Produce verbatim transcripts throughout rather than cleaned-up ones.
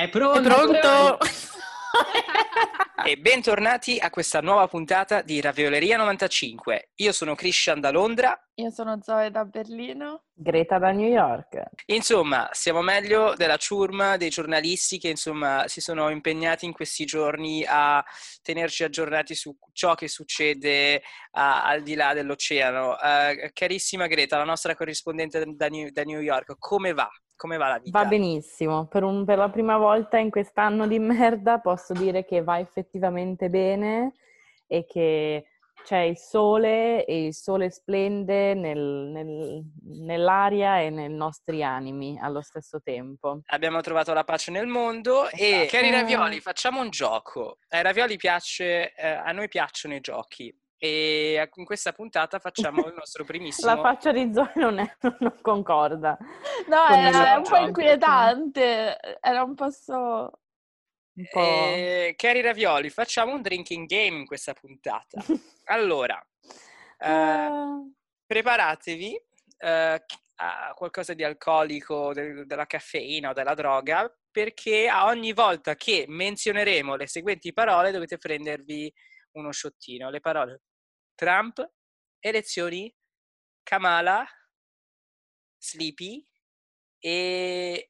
È pronto? È pronto? E bentornati a questa nuova puntata di Ravioleria novantacinque. Io sono Christian da Londra. Io sono Zoe da Berlino. Greta da New York. Insomma, siamo meglio della ciurma dei giornalisti che insomma si sono impegnati in questi giorni a tenerci aggiornati su ciò che succede a, al di là dell'oceano. Uh, carissima Greta, la nostra corrispondente da New, da New York, come va? Come va la vita? Va benissimo, per, un, per la prima volta in quest'anno di merda posso dire che va effettivamente bene e che c'è il sole e il sole splende nel, nel, nell'aria e nei nostri animi allo stesso tempo. Abbiamo trovato la pace nel mondo e cari Ravioli, facciamo un gioco. Ai Ravioli piace, eh, a noi piacciono i giochi. E in questa puntata facciamo il nostro primissimo... La faccia di Zoe non, è, non concorda. No, era un po' gioco. inquietante, era un po' so... Un po'... Eh, cari Ravioli, facciamo un drinking game in questa puntata. Allora, eh, preparatevi eh, a qualcosa di alcolico, del, della caffeina o della droga, perché a ogni volta che menzioneremo le seguenti parole dovete prendervi uno sciottino. Le parole Trump, elezioni, Kamala, Sleepy e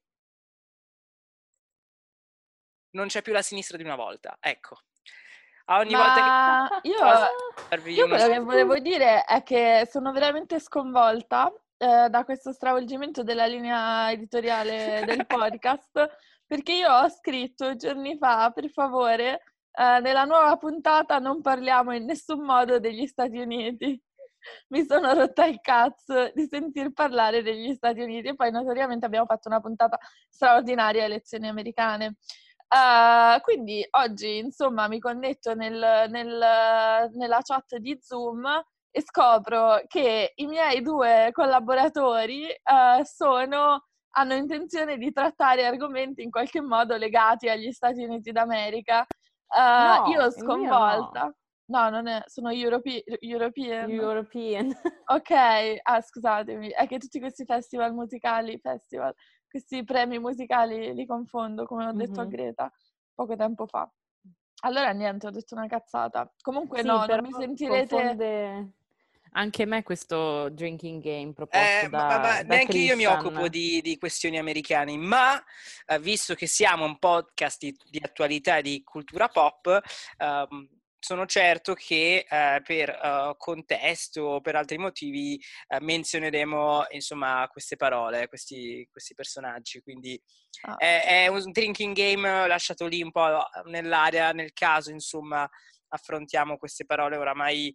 non c'è più la sinistra di una volta. Ecco. A ogni Ma volta che... io, io quello che volevo dire è che sono veramente sconvolta eh, da questo stravolgimento della linea editoriale del podcast, perché io ho scritto giorni fa, per favore, eh, nella nuova puntata non parliamo in nessun modo degli Stati Uniti. Mi sono rotta il cazzo di sentir parlare degli Stati Uniti e poi notoriamente abbiamo fatto una puntata straordinaria elezioni americane. Uh, quindi oggi insomma mi connetto nel, nel, nella chat di Zoom e scopro che i miei due collaboratori uh, sono, hanno intenzione di trattare argomenti in qualche modo legati agli Stati Uniti d'America. Uh, no, io sconvolta. No. No, non è, sono Europe- European. European. Ok, ah scusatemi, è che tutti questi festival musicali, festival, questi premi musicali li confondo, come ho detto Mm-hmm. a Greta poco tempo fa. Allora niente, ho detto una cazzata. Comunque sì, no, però non mi sentirete... Confonde... Anche me questo drinking game proposto eh, da, ma, ma da neanche Christian. io mi occupo di, di questioni americane, ma eh, visto che siamo un podcast di, di attualità e di cultura pop, ehm, sono certo che eh, per uh, contesto o per altri motivi eh, menzioneremo insomma queste parole, questi, questi personaggi, quindi Ah. è, è un drinking game lasciato lì un po' nell'aria, nel caso insomma affrontiamo queste parole oramai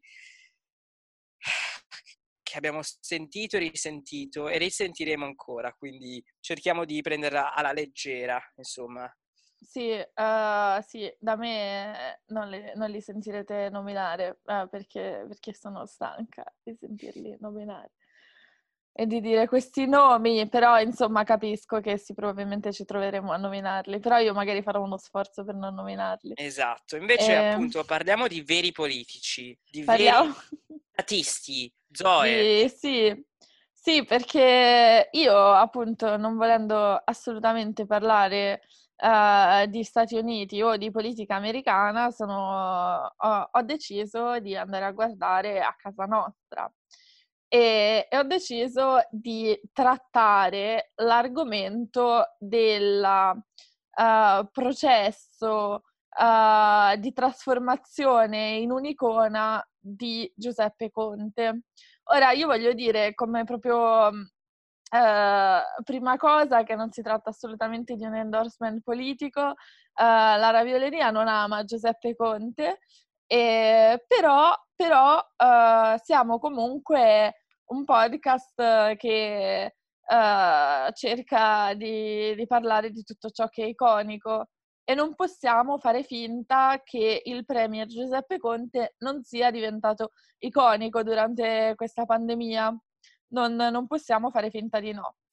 che abbiamo sentito e risentito e risentiremo ancora, quindi cerchiamo di prenderla alla leggera, insomma. Sì, uh, sì, da me non li, non li sentirete nominare uh, perché, perché sono stanca di sentirli nominare e di dire questi nomi, però insomma capisco che sì, probabilmente ci troveremo a nominarli, però io magari farò uno sforzo per non nominarli. Esatto, invece E... appunto parliamo di veri politici, di Parliamo... veri statisti, Zoe. Di... Sì, sì, perché io appunto non volendo assolutamente parlare uh, di Stati Uniti o di politica americana, sono... ho, ho deciso di andare a guardare a casa nostra. E, e ho deciso di trattare l'argomento del uh, processo uh, di trasformazione in un'icona di Giuseppe Conte. Ora, io voglio dire come proprio uh, prima cosa che non si tratta assolutamente di un endorsement politico, uh, la Ravioleria non ama Giuseppe Conte, e, però, però uh, siamo comunque un podcast che uh, cerca di, di parlare di tutto ciò che è iconico e non possiamo fare finta che il premier Giuseppe Conte non sia diventato iconico durante questa pandemia. Non, non possiamo fare finta di no.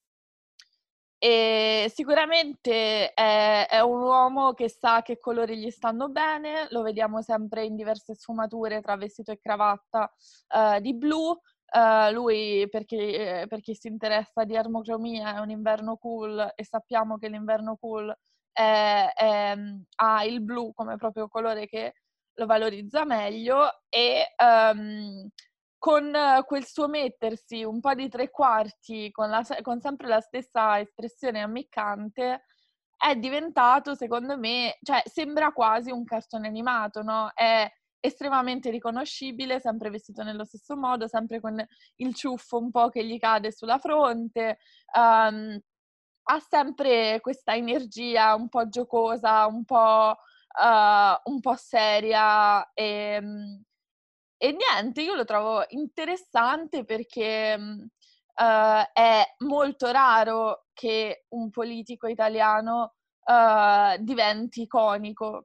E sicuramente è, è un uomo che sa che colori gli stanno bene, lo vediamo sempre in diverse sfumature tra vestito e cravatta uh, di blu. Uh, lui, per chi si interessa di armocromia, è un inverno cool e sappiamo che l'inverno cool è, è, ha il blu come proprio colore che lo valorizza meglio, e um, con quel suo mettersi un po' di tre quarti con, la, con sempre la stessa espressione ammiccante, è diventato, secondo me, cioè sembra quasi un cartone animato, no? È estremamente riconoscibile, sempre vestito nello stesso modo, sempre con il ciuffo un po' che gli cade sulla fronte, um, ha sempre questa energia un po' giocosa, un po', uh, un po' seria, e, e niente, io lo trovo interessante perché uh, è molto raro che un politico italiano uh, diventi iconico,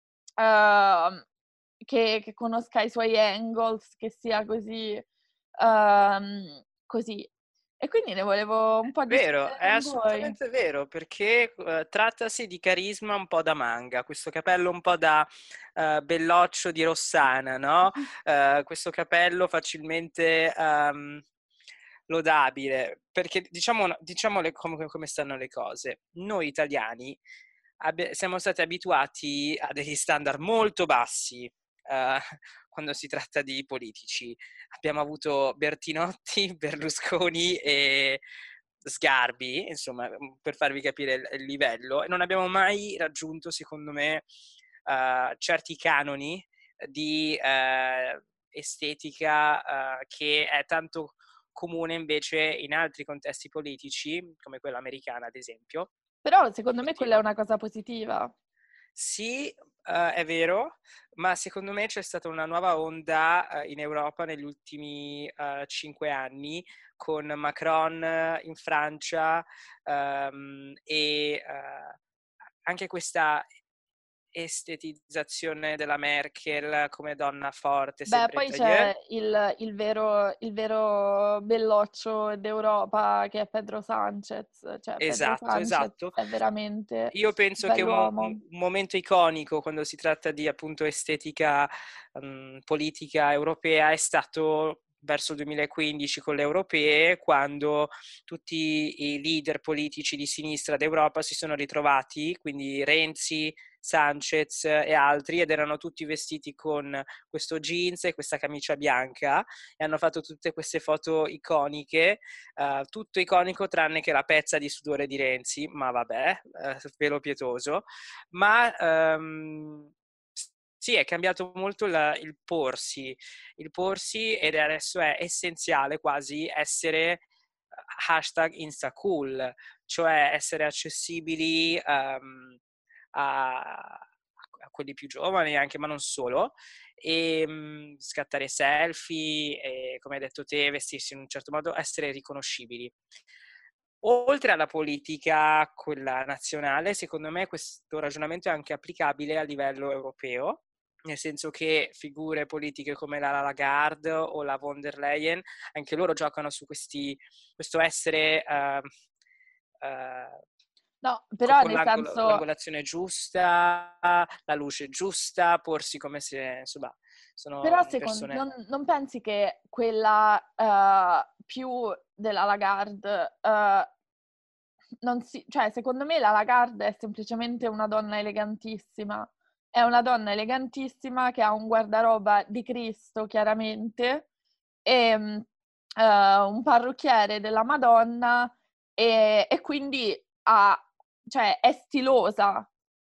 uh, che, che conosca i suoi angles, che sia così, uh, così. E quindi ne volevo un po' Vero, discutere è con voi. assolutamente vero, perché uh, trattasi di carisma un po' da manga, questo capello un po' da uh, belloccio di Rossana, no? Uh, questo capello facilmente um, lodabile, perché diciamo, diciamole come, come stanno le cose. Noi italiani abbi- siamo stati abituati a degli standard molto bassi uh, quando si tratta di politici. Abbiamo avuto Bertinotti, Berlusconi e Sgarbi, insomma, per farvi capire il, il livello, e non abbiamo mai raggiunto, secondo me, uh, certi canoni di uh, estetica uh, che è tanto comune invece in altri contesti politici, come quello americano, ad esempio. Però secondo me quella è una cosa positiva. Sì, uh, è vero, ma secondo me c'è stata una nuova onda uh, in Europa negli ultimi uh, cinque anni, con Macron in Francia um, e uh, anche questa estetizzazione della Merkel come donna forte, Beh, sempre poi tailleur. c'è il, il vero, il vero belloccio d'Europa che è Pedro Sánchez. Cioè, Pedro Esatto, Sánchez esatto. è veramente Io un penso che un, mo- bell'uomo. un momento iconico quando si tratta di appunto estetica um, politica europea è stato verso il duemilaquindici con le europee, quando tutti i leader politici di sinistra d'Europa si sono ritrovati, quindi Renzi, Sanchez e altri, ed erano tutti vestiti con questo jeans e questa camicia bianca, e hanno fatto tutte queste foto iconiche, uh, tutto iconico tranne che la pezza di sudore di Renzi, ma vabbè, uh, velo pietoso, ma um, sì, è cambiato molto la, il porsi, il porsi, ed adesso è essenziale quasi essere hashtag instacool, cioè essere accessibili um, a, a quelli più giovani anche, ma non solo, e um, scattare selfie e, come hai detto te, vestirsi in un certo modo, essere riconoscibili. Oltre alla politica, quella nazionale, secondo me questo ragionamento è anche applicabile a livello europeo, nel senso che figure politiche come la Lagarde o la von der Leyen, anche loro giocano su questi, questo essere uh, uh, No, però con nel l'angolo, senso, l'angolazione giusta, la luce giusta, porsi come se, insomma, sono però secondo, persone... non, non pensi che quella uh, più della Lagarde, uh, non si, cioè secondo me la Lagarde è semplicemente una donna elegantissima, è una donna elegantissima che ha un guardaroba di Cristo, chiaramente, e uh, un parrucchiere della Madonna, e, e quindi ha, cioè, è stilosa.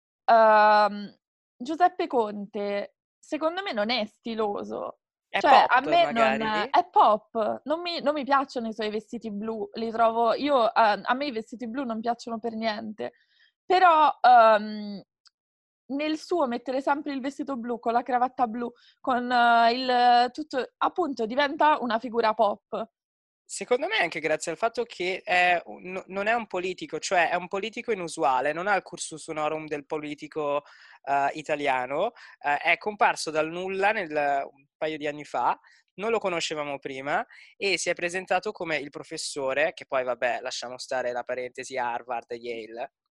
Uh, Giuseppe Conte, secondo me, non è stiloso. È Cioè, a pop, me non magari? è pop, non mi, non mi piacciono i suoi vestiti blu, li trovo, io, uh, a me i vestiti blu non piacciono per niente, però um, nel suo mettere sempre il vestito blu con la cravatta blu, con uh, il tutto, appunto, diventa una figura pop. Secondo me anche grazie al fatto che è un, non è un politico, cioè è un politico inusuale, non ha il cursus honorum del politico uh, italiano, uh, è comparso dal nulla nel, un paio di anni fa, non lo conoscevamo prima, e si è presentato come il professore, che poi vabbè lasciamo stare la parentesi Harvard e Yale,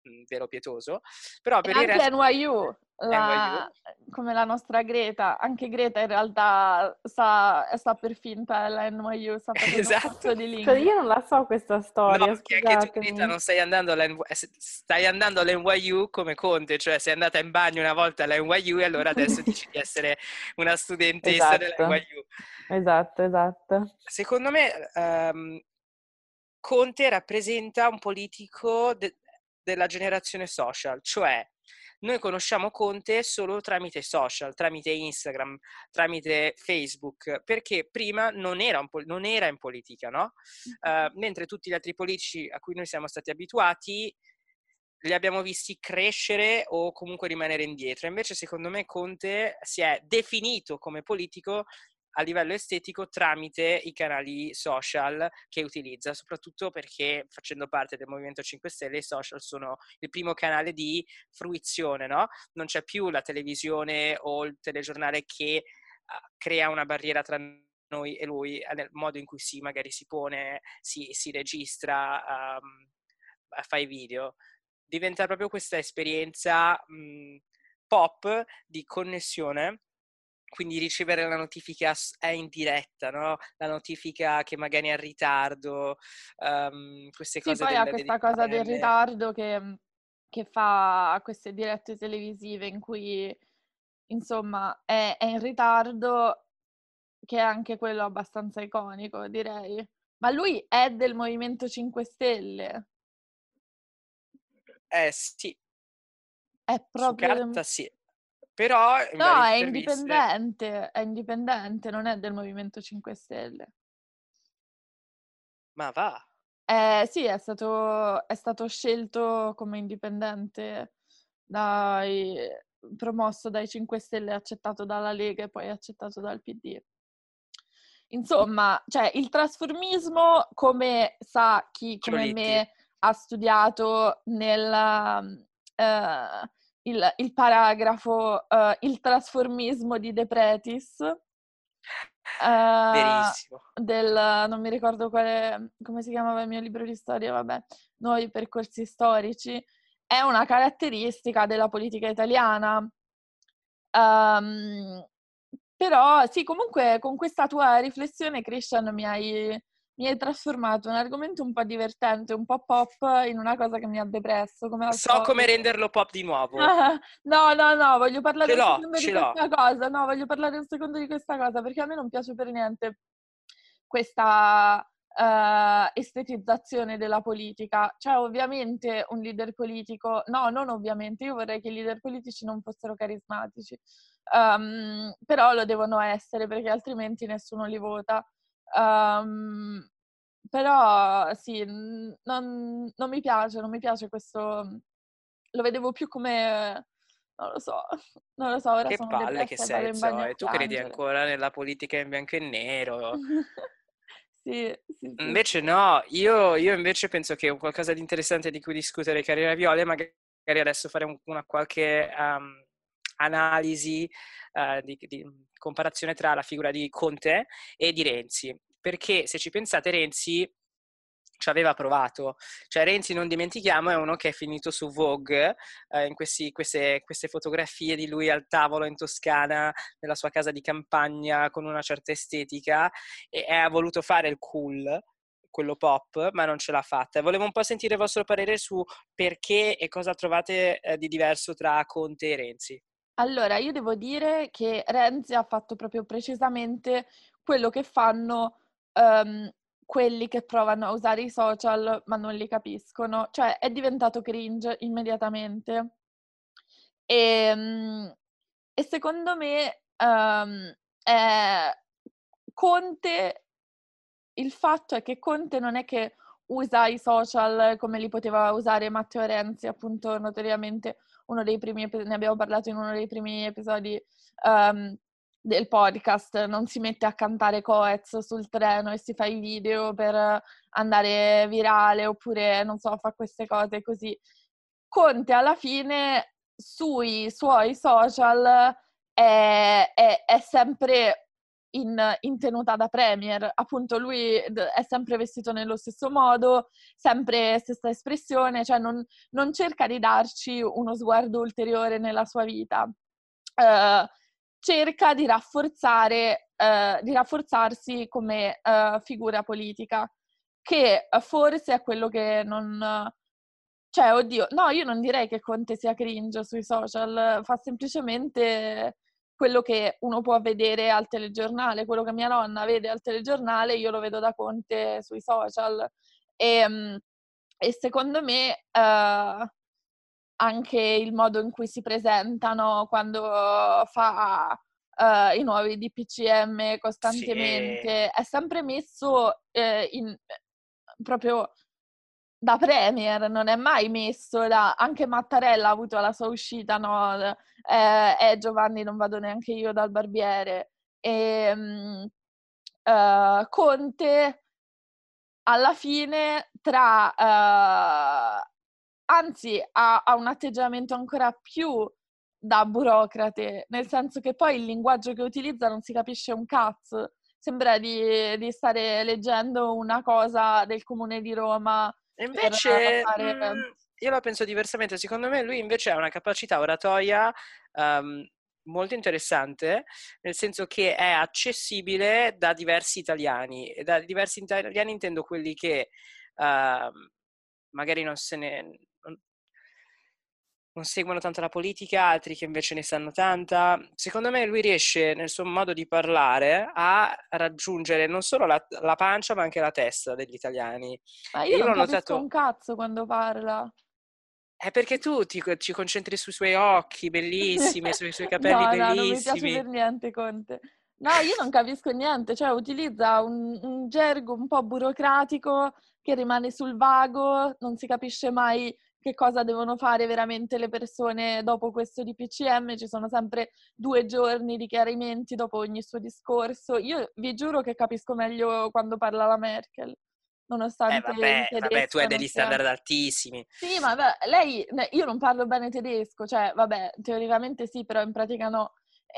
mh, velo pietoso, però per e il anche resto... N Y U, la, come la nostra Greta, anche Greta in realtà sta, sta per finta la N Y U, sta facendo Esatto. un corso di Cioè, lingue. io non la so questa storia, No, che anche tu, scusatemi. Greta, non stai andando alla stai andando all'N Y U come Conte, cioè sei andata in bagno una volta alla N Y U e allora adesso dici di essere una studentessa Esatto. della N Y U. Esatto, esatto. Secondo me um, Conte rappresenta un politico de- della generazione social, cioè noi conosciamo Conte solo tramite social, tramite Instagram, tramite Facebook, perché prima non era, un pol- non era in politica, no? Uh, mentre tutti gli altri politici a cui noi siamo stati abituati li abbiamo visti crescere o comunque rimanere indietro. Invece, secondo me, Conte si è definito come politico a livello estetico tramite i canali social che utilizza, soprattutto perché, facendo parte del Movimento cinque Stelle, i social sono il primo canale di fruizione, no? Non c'è più la televisione o il telegiornale che uh, crea una barriera tra noi e lui, nel modo in cui si magari si pone, si, si registra, um, fa i video. Diventa proprio questa esperienza mh, pop di connessione, quindi ricevere la notifica è in diretta, no? La notifica che magari è in ritardo, um, queste Sì, cose poi ha delle, questa delle cosa del cappelle. ritardo che, che fa queste dirette televisive in cui, insomma, è, è in ritardo, che è anche quello abbastanza iconico, direi. Ma lui è del Movimento cinque Stelle. Eh sì, È su proprio... carta sì, però in No, varie è interviste... indipendente, è indipendente, non è del Movimento cinque Stelle. Ma va! Eh, sì, è stato, è stato scelto come indipendente, dai, promosso dai cinque Stelle, accettato dalla Lega e poi accettato dal P D. Insomma, cioè, il trasformismo, come sa chi come Giolitti. me ha studiato nel, eh, il, il paragrafo eh, il trasformismo di De Pretis, eh, Verissimo. del, non mi ricordo quale, come si chiamava il mio libro di storia, vabbè, Nuovi percorsi storici, è una caratteristica della politica italiana. Um, però sì, comunque con questa tua riflessione, Christian, mi hai, mi hai trasformato un argomento un po' divertente, un po' pop, in una cosa che mi ha depresso, come al So come solito. renderlo pop di nuovo. No, no, no, voglio parlare Ce un l'ho, secondo di ce l'ho. questa cosa. No, voglio parlare un secondo di questa cosa, perché a me non piace per niente questa uh, estetizzazione della politica. Cioè, ovviamente un leader politico... No, non ovviamente, io vorrei che i leader politici non fossero carismatici. Um, però lo devono essere, perché altrimenti nessuno li vota. Um, però sì, non, non mi piace, non mi piace questo... Lo vedevo più come... Non lo so, non lo so, ora Che sono palle che depressa e vado sei, in bagno a Zoe. Tu credi piangere. ancora nella politica in bianco e nero? Sì, sì, sì, Invece sì. no, io, io invece penso che un qualcosa di interessante di cui discutere, Carina Viole, magari adesso fare un- una qualche um, analisi, uh, di, di comparazione tra la figura di Conte e di Renzi. Perché se ci pensate, Renzi ci aveva provato. Cioè Renzi, non dimentichiamo, è uno che è finito su Vogue, eh, in questi, queste, queste fotografie di lui al tavolo in Toscana, nella sua casa di campagna, con una certa estetica, e, e ha voluto fare il cool, quello pop, ma non ce l'ha fatta. Volevo un po' sentire il vostro parere su perché e cosa trovate eh, di diverso tra Conte e Renzi. Allora, io devo dire che Renzi ha fatto proprio precisamente quello che fanno um, quelli che provano a usare i social ma non li capiscono. Cioè, è diventato cringe immediatamente. E, um, e secondo me um, è... Conte, il fatto è che Conte non è che usa i social come li poteva usare Matteo Renzi, appunto notoriamente uno dei primi episodi, ne abbiamo parlato in uno dei primi episodi um, del podcast, non si mette a cantare Coez sul treno e si fa i video per andare virale, oppure, non so, fa queste cose così. Conte alla fine sui suoi social è, è, è sempre in, in tenuta da premier. Appunto lui è sempre vestito nello stesso modo, sempre stessa espressione, cioè non, non cerca di darci uno sguardo ulteriore nella sua vita. Uh, cerca di rafforzare, uh, di rafforzarsi come uh, figura politica, che forse è quello che non... Cioè, oddio, no, io non direi che Conte sia cringe sui social, fa semplicemente quello che uno può vedere al telegiornale, quello che mia nonna vede al telegiornale, io lo vedo da Conte sui social. E, e secondo me uh, anche il modo in cui si presentano quando fa uh, i nuovi D P C M costantemente, sì. È sempre messo eh, in proprio da premier, non è mai messo da... Anche Mattarella ha avuto la sua uscita, no? Eh, eh Giovanni, non vado neanche io dal barbiere. E, um, uh, Conte, alla fine, tra... Uh, anzi, ha, ha un atteggiamento ancora più da burocrate, nel senso che poi il linguaggio che utilizza non si capisce un cazzo. Sembra di, di stare leggendo una cosa del Comune di Roma. E invece fare... mh, io la penso diversamente. Secondo me lui invece ha una capacità oratoria um, molto interessante, nel senso che è accessibile da diversi italiani. E da diversi italiani intendo quelli che uh, magari non se ne... Non, non seguono tanto la politica, altri che invece ne sanno tanta. Secondo me lui riesce nel suo modo di parlare a raggiungere non solo la, la pancia ma anche la testa degli italiani. Ma io, io non l'ho capisco notato... un cazzo quando parla. È perché tu ti, ti concentri sui suoi occhi bellissimi, sui suoi capelli no, bellissimi. No, non mi piace per niente Conte. No, io non capisco niente, cioè utilizza un, un gergo un po' burocratico che rimane sul vago, non si capisce mai che cosa devono fare veramente le persone dopo questo D P C M, ci sono sempre due giorni di chiarimenti dopo ogni suo discorso. Io vi giuro che capisco meglio quando parla la Merkel, nonostante Eh vabbè, in vabbè, tu hai tedesco degli non sia... standard altissimi. Sì, ma beh, lei, io non parlo bene tedesco, cioè vabbè, teoricamente sì, però in pratica no.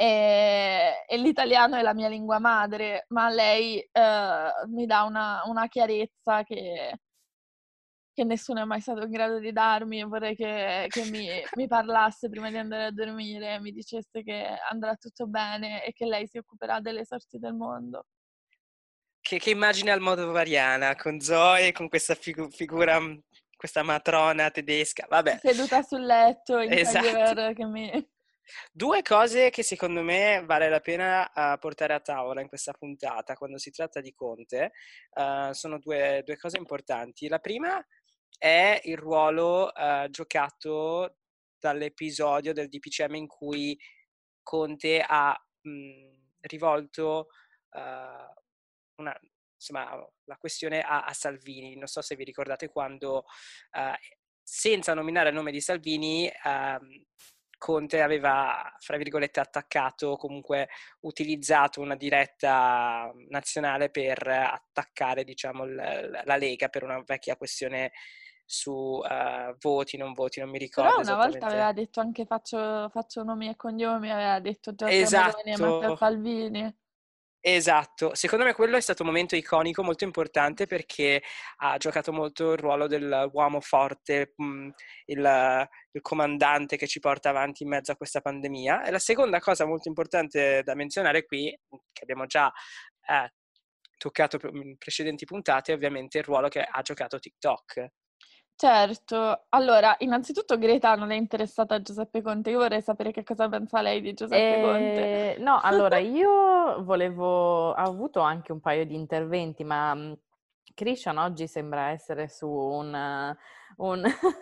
E, e l'italiano è la mia lingua madre, ma lei eh, mi dà una, una chiarezza che, che nessuno è mai stato in grado di darmi. Vorrei che, che mi, mi parlasse prima di andare a dormire, mi dicesse che andrà tutto bene e che lei si occuperà delle sorti del mondo. Che, che immagine almodovariana, con Zoe, con questa figu- figura, questa matrona tedesca, vabbè. Seduta sul letto in Esatto. tailleur che mi... Due cose che secondo me vale la pena uh, portare a tavola in questa puntata quando si tratta di Conte, uh, sono due, due cose importanti. La prima è il ruolo uh, giocato dall'episodio del D P C M in cui Conte ha mh, rivolto uh, una, insomma, la questione a, a Salvini. Non so se vi ricordate quando, uh, senza nominare il nome di Salvini, uh, Conte aveva, fra virgolette, attaccato, comunque utilizzato una diretta nazionale per attaccare, diciamo, l- la Lega per una vecchia questione su uh, voti, non voti, non mi ricordo Però una esattamente. volta aveva detto anche faccio, faccio nomi e cognomi, aveva detto Giorgia Esatto. Meloni e Matteo Salvini. Esatto, secondo me quello è stato un momento iconico molto importante perché ha giocato molto il ruolo dell'uomo forte, mh, il, il comandante che ci porta avanti in mezzo a questa pandemia. E la seconda cosa molto importante da menzionare qui, che abbiamo già eh, toccato in precedenti puntate, è ovviamente il ruolo che ha giocato TikTok. Certo, allora, innanzitutto Greta non è interessata a Giuseppe Conte, io vorrei sapere che cosa pensa lei di Giuseppe Eh, Conte. no, allora, io volevo, ho avuto anche un paio di interventi, ma mh, Christian oggi sembra essere su un, un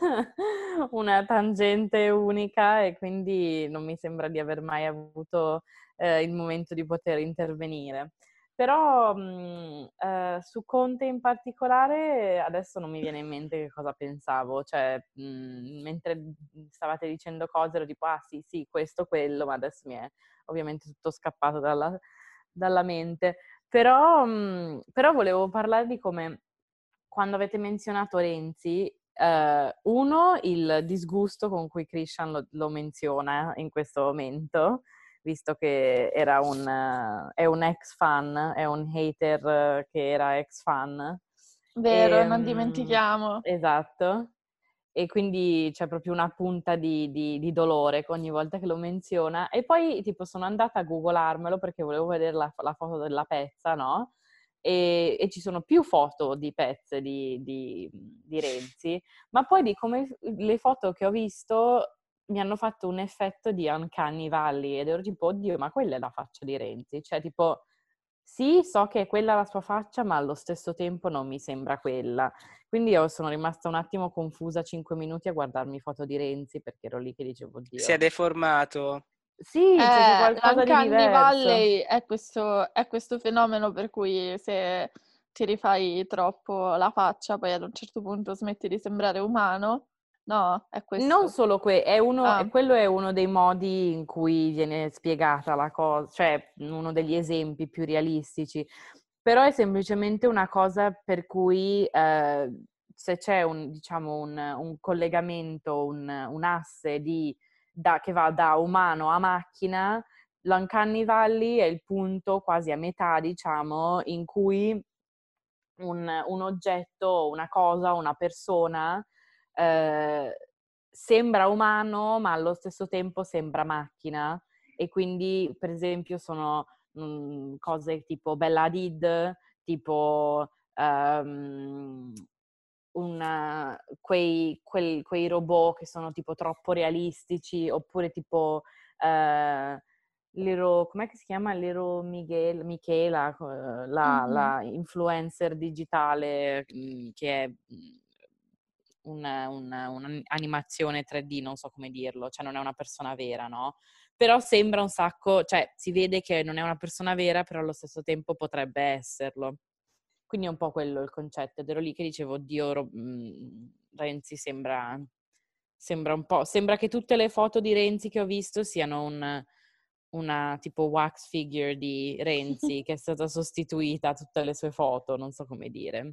una tangente unica e quindi non mi sembra di aver mai avuto eh, il momento di poter intervenire. Però mh, eh, su Conte in particolare adesso non mi viene in mente che cosa pensavo, cioè mh, mentre stavate dicendo cose ero tipo ah sì sì questo, quello, ma adesso mi è ovviamente tutto scappato dalla, dalla mente. Però, mh, però volevo parlare di come quando avete menzionato Renzi, eh, uno, il disgusto con cui Christian lo, lo menziona in questo momento, visto che era un, uh, è un ex-fan, è un hater uh, che era ex-fan. Vero, E, non um, dimentichiamo. Esatto. E quindi c'è proprio una punta di, di, di dolore ogni volta che lo menziona. E poi tipo sono andata a googolarmelo perché volevo vedere la, la foto della pezza, no? E, e ci sono più foto di pezze di, di, di Renzi, ma poi di come le foto che ho visto mi hanno fatto un effetto di Uncanny Valley ed ero tipo, oddio, ma quella è la faccia di Renzi? Cioè tipo, sì, so che è quella la sua faccia, ma allo stesso tempo non mi sembra quella. Quindi io sono rimasta un attimo confusa cinque minuti a guardarmi foto di Renzi perché ero lì che dicevo, Si è oddio. deformato. Sì, c'è, c'è Eh, qualcosa di l'Uncanny diverso. Valley è questo, è questo fenomeno per cui se ti rifai troppo la faccia, poi ad un certo punto smetti di sembrare umano. No, è Non questo. solo que- è uno, Ah, e quello è uno dei modi in cui viene spiegata la cosa, cioè uno degli esempi più realistici, però è semplicemente una cosa per cui eh, se c'è un, diciamo, un, un collegamento, un, un asse di, da- che va da umano a macchina, l'Uncanny Valley è il punto quasi a metà, diciamo, in cui un, un oggetto, una cosa, una persona eh, sembra umano, ma allo stesso tempo sembra macchina. E quindi, per esempio, sono mh, cose tipo Bella Hadid, tipo um, una, quei, quel, quei robot che sono tipo troppo realistici, oppure tipo uh, Lero, com'è che si chiama? Lero Miguel, Michela, uh, la, mhm. la influencer digitale mh, che è mh, una, una, un'animazione tre D, non so come dirlo, cioè non è una persona vera, no? Però sembra un sacco, cioè si vede che non è una persona vera, però allo stesso tempo potrebbe esserlo. Quindi è un po' quello il concetto. Ed ero lì che dicevo, oddio, Ro- mh, Renzi sembra, sembra un po', sembra che tutte le foto di Renzi che ho visto siano un, una tipo wax figure di Renzi che è stata sostituita a tutte le sue foto, non so come dire.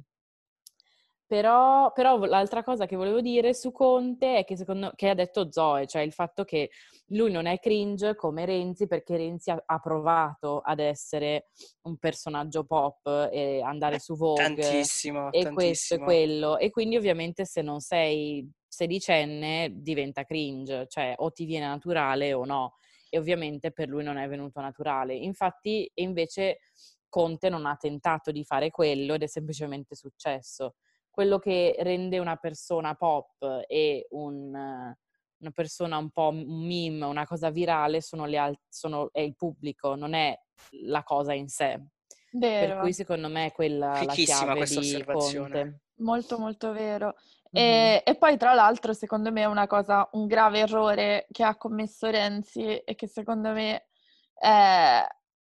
Però, però l'altra cosa che volevo dire su Conte è che secondo che ha detto Zoe, cioè il fatto che lui non è cringe come Renzi perché Renzi ha, ha provato ad essere un personaggio pop e andare su Vogue Tantissimo, e questo e tantissimo. quello. E quindi ovviamente se non sei sedicenne diventa cringe, cioè o ti viene naturale o no. E ovviamente per lui non è venuto naturale. Infatti, e invece Conte non ha tentato di fare quello ed è semplicemente successo. Quello che rende una persona pop e un, una persona un po' un meme, una cosa virale, sono le al- sono, è il pubblico, non è la cosa in sé. Per cui Vero, secondo me è quella la Fichissima chiave questa di osservazione. Conte. molto molto vero. Mhm. E, e poi tra l'altro secondo me è una cosa, un grave errore che ha commesso Renzi e che secondo me è,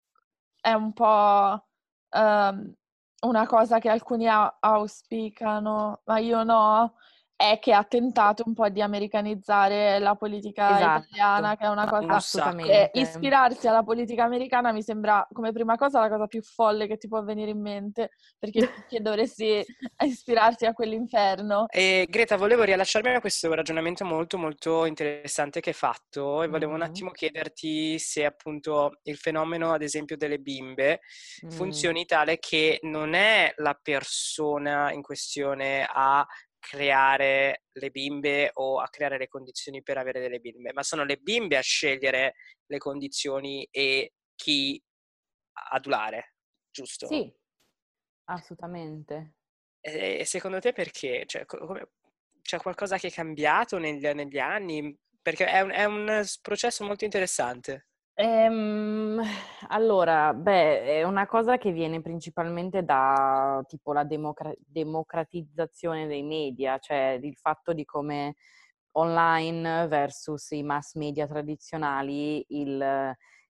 è un po' ehm, una cosa che alcuni a- auspicano, ma io no, è che ha tentato un po' di americanizzare la politica italiana, Esatto, che è una Un cosa sacco. che assolutamente. ispirarsi alla politica americana mi sembra come prima cosa la cosa più folle che ti può venire in mente, perché, perché dovresti ispirarti a quell'inferno. E Greta, volevo riallacciarmi a questo ragionamento molto molto interessante che hai fatto e volevo un Mhm. attimo chiederti se appunto il fenomeno, ad esempio, delle bimbe Mm. funzioni tale che non è la persona in questione a creare le bimbe o a creare le condizioni per avere delle bimbe, ma sono le bimbe a scegliere le condizioni e chi adulare, giusto? Sì, assolutamente. E secondo te perché? Cioè, co- come- c'è qualcosa che è cambiato negli, negli anni? Perché è un, è un s- processo molto interessante. Ehm, allora, beh, è una cosa che viene principalmente da tipo la democra- democratizzazione dei media, cioè il fatto di come online versus i mass media tradizionali il,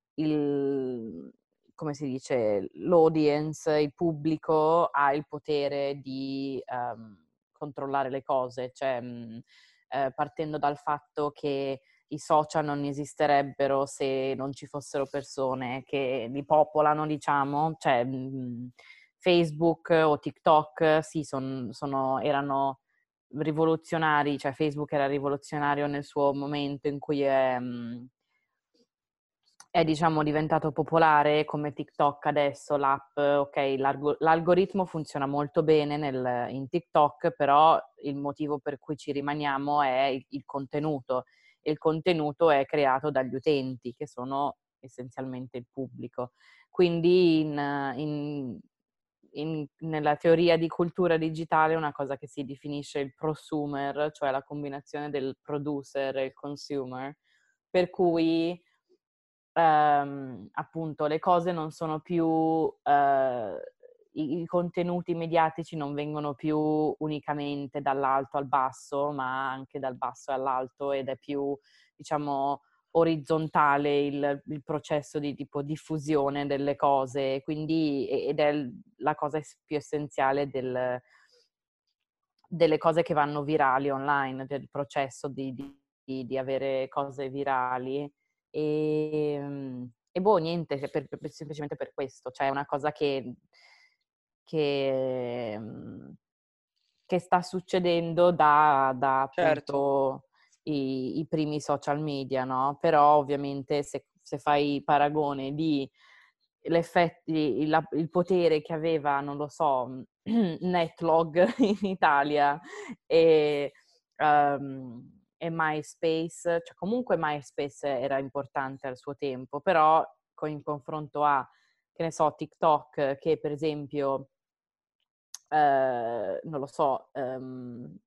il- come si dice, l'audience, il pubblico ha il potere di ehm, controllare le cose, cioè mh, eh, partendo dal fatto che i social non esisterebbero se non ci fossero persone che li popolano, diciamo, cioè mh, Facebook o TikTok, sì, son- sono, erano rivoluzionari, cioè Facebook era rivoluzionario nel suo momento in cui è, mh, è diciamo diventato popolare come TikTok adesso, l'app, ok, l'alg- l'algoritmo funziona molto bene nel, in TikTok, però il motivo per cui ci rimaniamo è il, il contenuto, e il contenuto è creato dagli utenti, che sono essenzialmente il pubblico. Quindi in, in, in, nella teoria di cultura digitale una cosa che si definisce il prosumer, cioè la combinazione del producer e il consumer, per cui ehm, appunto le cose non sono più, eh, i, i contenuti mediatici non vengono più unicamente dall'alto al basso, ma anche dal basso all'alto, ed è più, diciamo, orizzontale il, il processo di tipo diffusione delle cose, quindi ed è la cosa più essenziale del, delle cose che vanno virali online, del processo di, di, di avere cose virali. E, e boh, niente, per, per, semplicemente per questo, cioè è una cosa che, che, che sta succedendo da, da Certo. appunto i, i primi social media, no? Però ovviamente se, se fai paragone di l'effetto, il, il potere che aveva, non lo so, Netlog in Italia e, um, e MySpace, cioè comunque MySpace era importante al suo tempo, però con, in confronto a, che ne so, TikTok, che per esempio, eh, non lo so, um,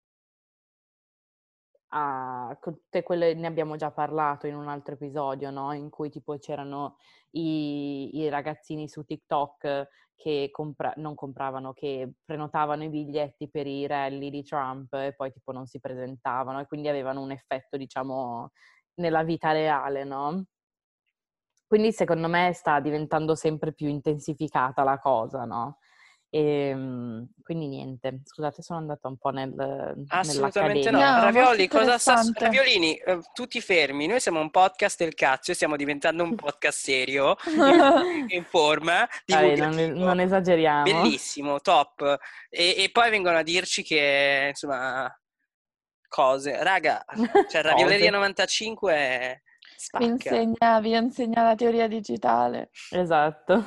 a tutte quelle, ne abbiamo già parlato in un altro episodio, no? In cui tipo c'erano i, i ragazzini su TikTok che compra- non compravano, che prenotavano i biglietti per i rally di Trump e poi tipo non si presentavano, e quindi avevano un effetto, diciamo, nella vita reale, no? Quindi secondo me sta diventando sempre più intensificata la cosa, no? E, quindi niente, scusate, sono andata un po' nel, Assolutamente no. nell'accademico. No, molto Ravioli, cosa sta... interessante. Raviolini, eh, tutti fermi. Noi siamo un podcast del cazzo e stiamo diventando un podcast serio, in, in forma, Dai, non, divulgativo. non esageriamo. Bellissimo, top. E, e poi vengono a dirci che, insomma, cose. Raga, cioè Ravioleria Cose. novantacinque Vi spacca. insegna, vi insegna la teoria digitale. Esatto.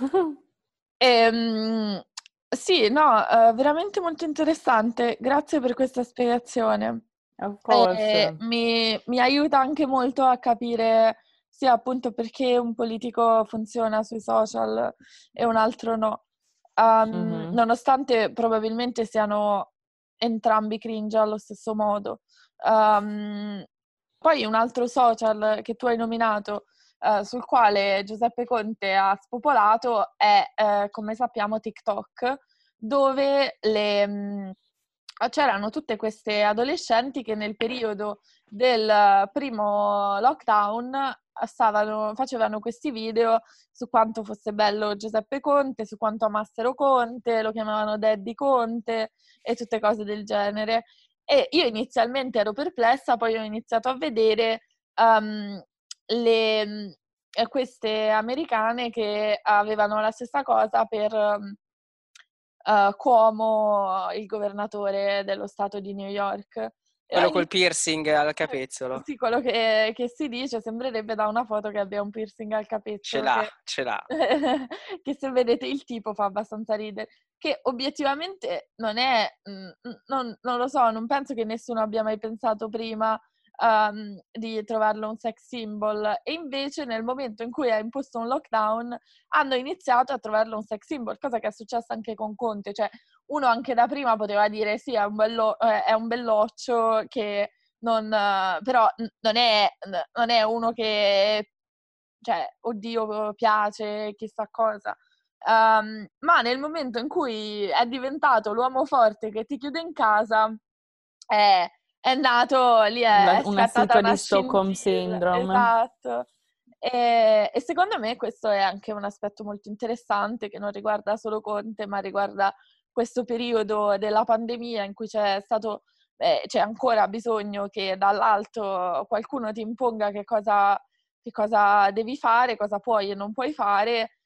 Ehm, sì, no, eh, veramente molto interessante. Grazie per questa spiegazione. Of Eh, course. mi, mi aiuta anche molto a capire, sì, appunto, perché un politico funziona sui social e un altro no. Um, Mhm. nonostante probabilmente siano entrambi cringe allo stesso modo. Um, poi un altro social che tu hai nominato, eh, sul quale Giuseppe Conte ha spopolato, è, eh, come sappiamo, TikTok, dove le, mh, c'erano tutte queste adolescenti che nel periodo del primo lockdown stavano, facevano questi video su quanto fosse bello Giuseppe Conte, su quanto amassero Conte, lo chiamavano Daddy Conte e tutte cose del genere. E io inizialmente ero perplessa, poi ho iniziato a vedere um, le, queste americane che avevano la stessa cosa per um, uh, Cuomo, il governatore dello stato di New York. E Quello col inizi- piercing al capezzolo. Sì, quello che, che si dice sembrerebbe da una foto che abbia un piercing al Ce capezzolo, l'ha, che, ce l'ha. che se vedete il tipo fa abbastanza ridere, che obiettivamente non è, mh, non, non lo so, non penso che nessuno abbia mai pensato prima um, di trovarlo un sex symbol, e invece nel momento in cui ha imposto un lockdown hanno iniziato a trovarlo un sex symbol, cosa che è successa anche con Conte, cioè uno anche da prima poteva dire sì, è un, bello, eh, è un belloccio che non, però non è, non è uno che, cioè, oddio, piace, chissà cosa. Um, ma nel momento in cui è diventato l'uomo forte che ti chiude in casa, è, è nato, lì è, Una, è una scattata situa una di Stockholm scintilla, Syndrome. esatto. E, e secondo me questo è anche un aspetto molto interessante che non riguarda solo Conte, ma riguarda questo periodo della pandemia in cui c'è stato, eh, c'è ancora bisogno che dall'alto qualcuno ti imponga che cosa, che cosa devi fare, cosa puoi e non puoi fare,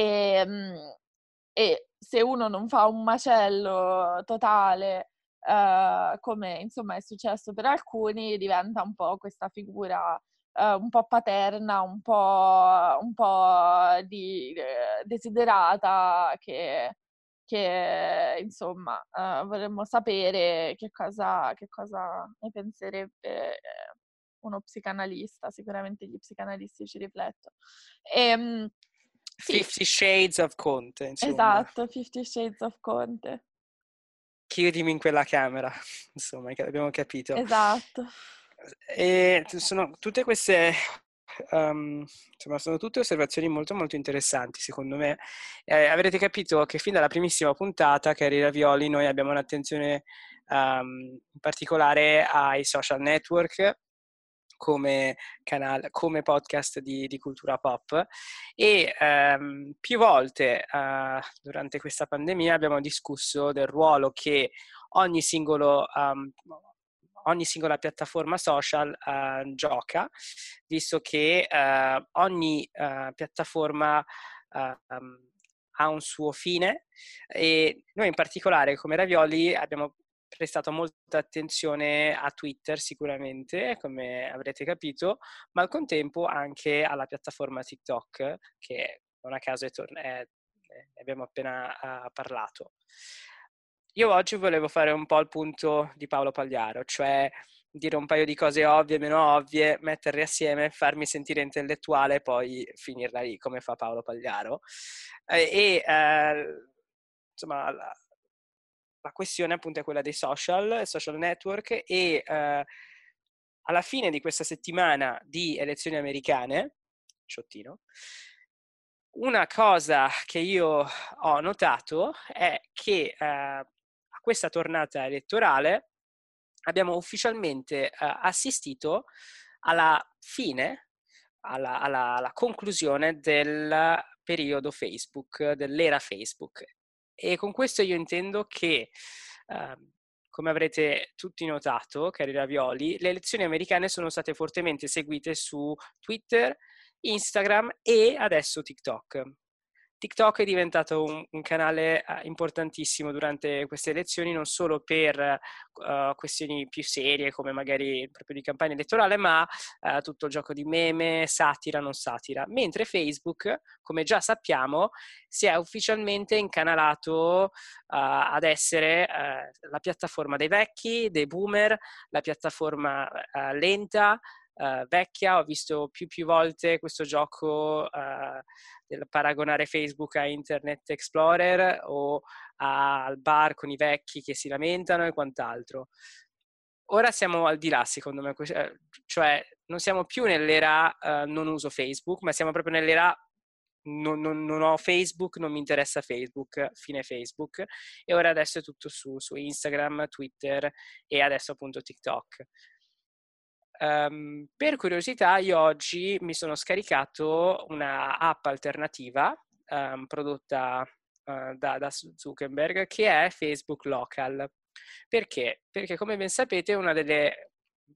e, e se uno non fa un macello totale, Uh, come insomma è successo per alcuni, diventa un po' questa figura uh, un po' paterna, un po', un po' di, eh, desiderata, che, che insomma uh, vorremmo sapere che cosa, che cosa ne penserebbe uno psicanalista. Sicuramente gli psicanalisti ci riflettono. E, sì. Fifty Shades of Conte, insomma. Esatto, Fifty Shades of Conte. Chiudimi in quella camera, insomma, che abbiamo capito. Esatto. E sono tutte queste, um, insomma, sono tutte osservazioni molto molto interessanti, secondo me. Eh, avrete capito che fin dalla primissima puntata, Cari Ravioli, noi abbiamo un'attenzione um, in particolare ai social network, come canale, come podcast di, di cultura pop, e ehm, più volte eh, durante questa pandemia abbiamo discusso del ruolo che ogni singolo um, ogni singola piattaforma social uh, gioca, visto che uh, ogni uh, piattaforma uh, um, ha un suo fine, e noi in particolare come Ravioli abbiamo prestato molta attenzione a Twitter, sicuramente, come avrete capito, ma al contempo anche alla piattaforma TikTok, che non a caso è tor- è, è, abbiamo appena uh, parlato. Io oggi volevo fare un po' il punto di Paolo Pagliaro, cioè dire un paio di cose ovvie, meno ovvie, metterle assieme, farmi sentire intellettuale e poi finirla lì, come fa Paolo Pagliaro. Eh, e eh, insomma, la, la questione appunto è quella dei social, social network, e eh, alla fine di questa settimana di elezioni americane, sciottino, una cosa che io ho notato è che eh, a questa tornata elettorale abbiamo ufficialmente eh, assistito alla fine, alla, alla, alla conclusione del periodo Facebook, dell'era Facebook. E con questo io intendo che, eh, come avrete tutti notato, cari Ravioli, le elezioni americane sono state fortemente seguite su Twitter, Instagram e adesso TikTok. TikTok è diventato un, un canale uh, importantissimo durante queste elezioni, non solo per uh, questioni più serie come magari proprio di campagna elettorale, ma uh, tutto il gioco di meme, satira, non satira. Mentre Facebook, come già sappiamo, si è ufficialmente incanalato uh, ad essere uh, la piattaforma dei vecchi, dei boomer, la piattaforma uh, lenta, Uh, vecchia. Ho visto più più volte questo gioco uh, del paragonare Facebook a Internet Explorer o a, al bar con i vecchi che si lamentano e quant'altro. Ora siamo al di là, secondo me, cioè non siamo più nell'era uh, non uso Facebook, ma siamo proprio nell'era non, non, non ho Facebook, non mi interessa Facebook, fine Facebook, e ora adesso è tutto su, su Instagram, Twitter e adesso appunto TikTok. Um, per curiosità io oggi mi sono scaricato una app alternativa um, prodotta uh, da, da Zuckerberg, che è Facebook Local. Perché? Perché come ben sapete una delle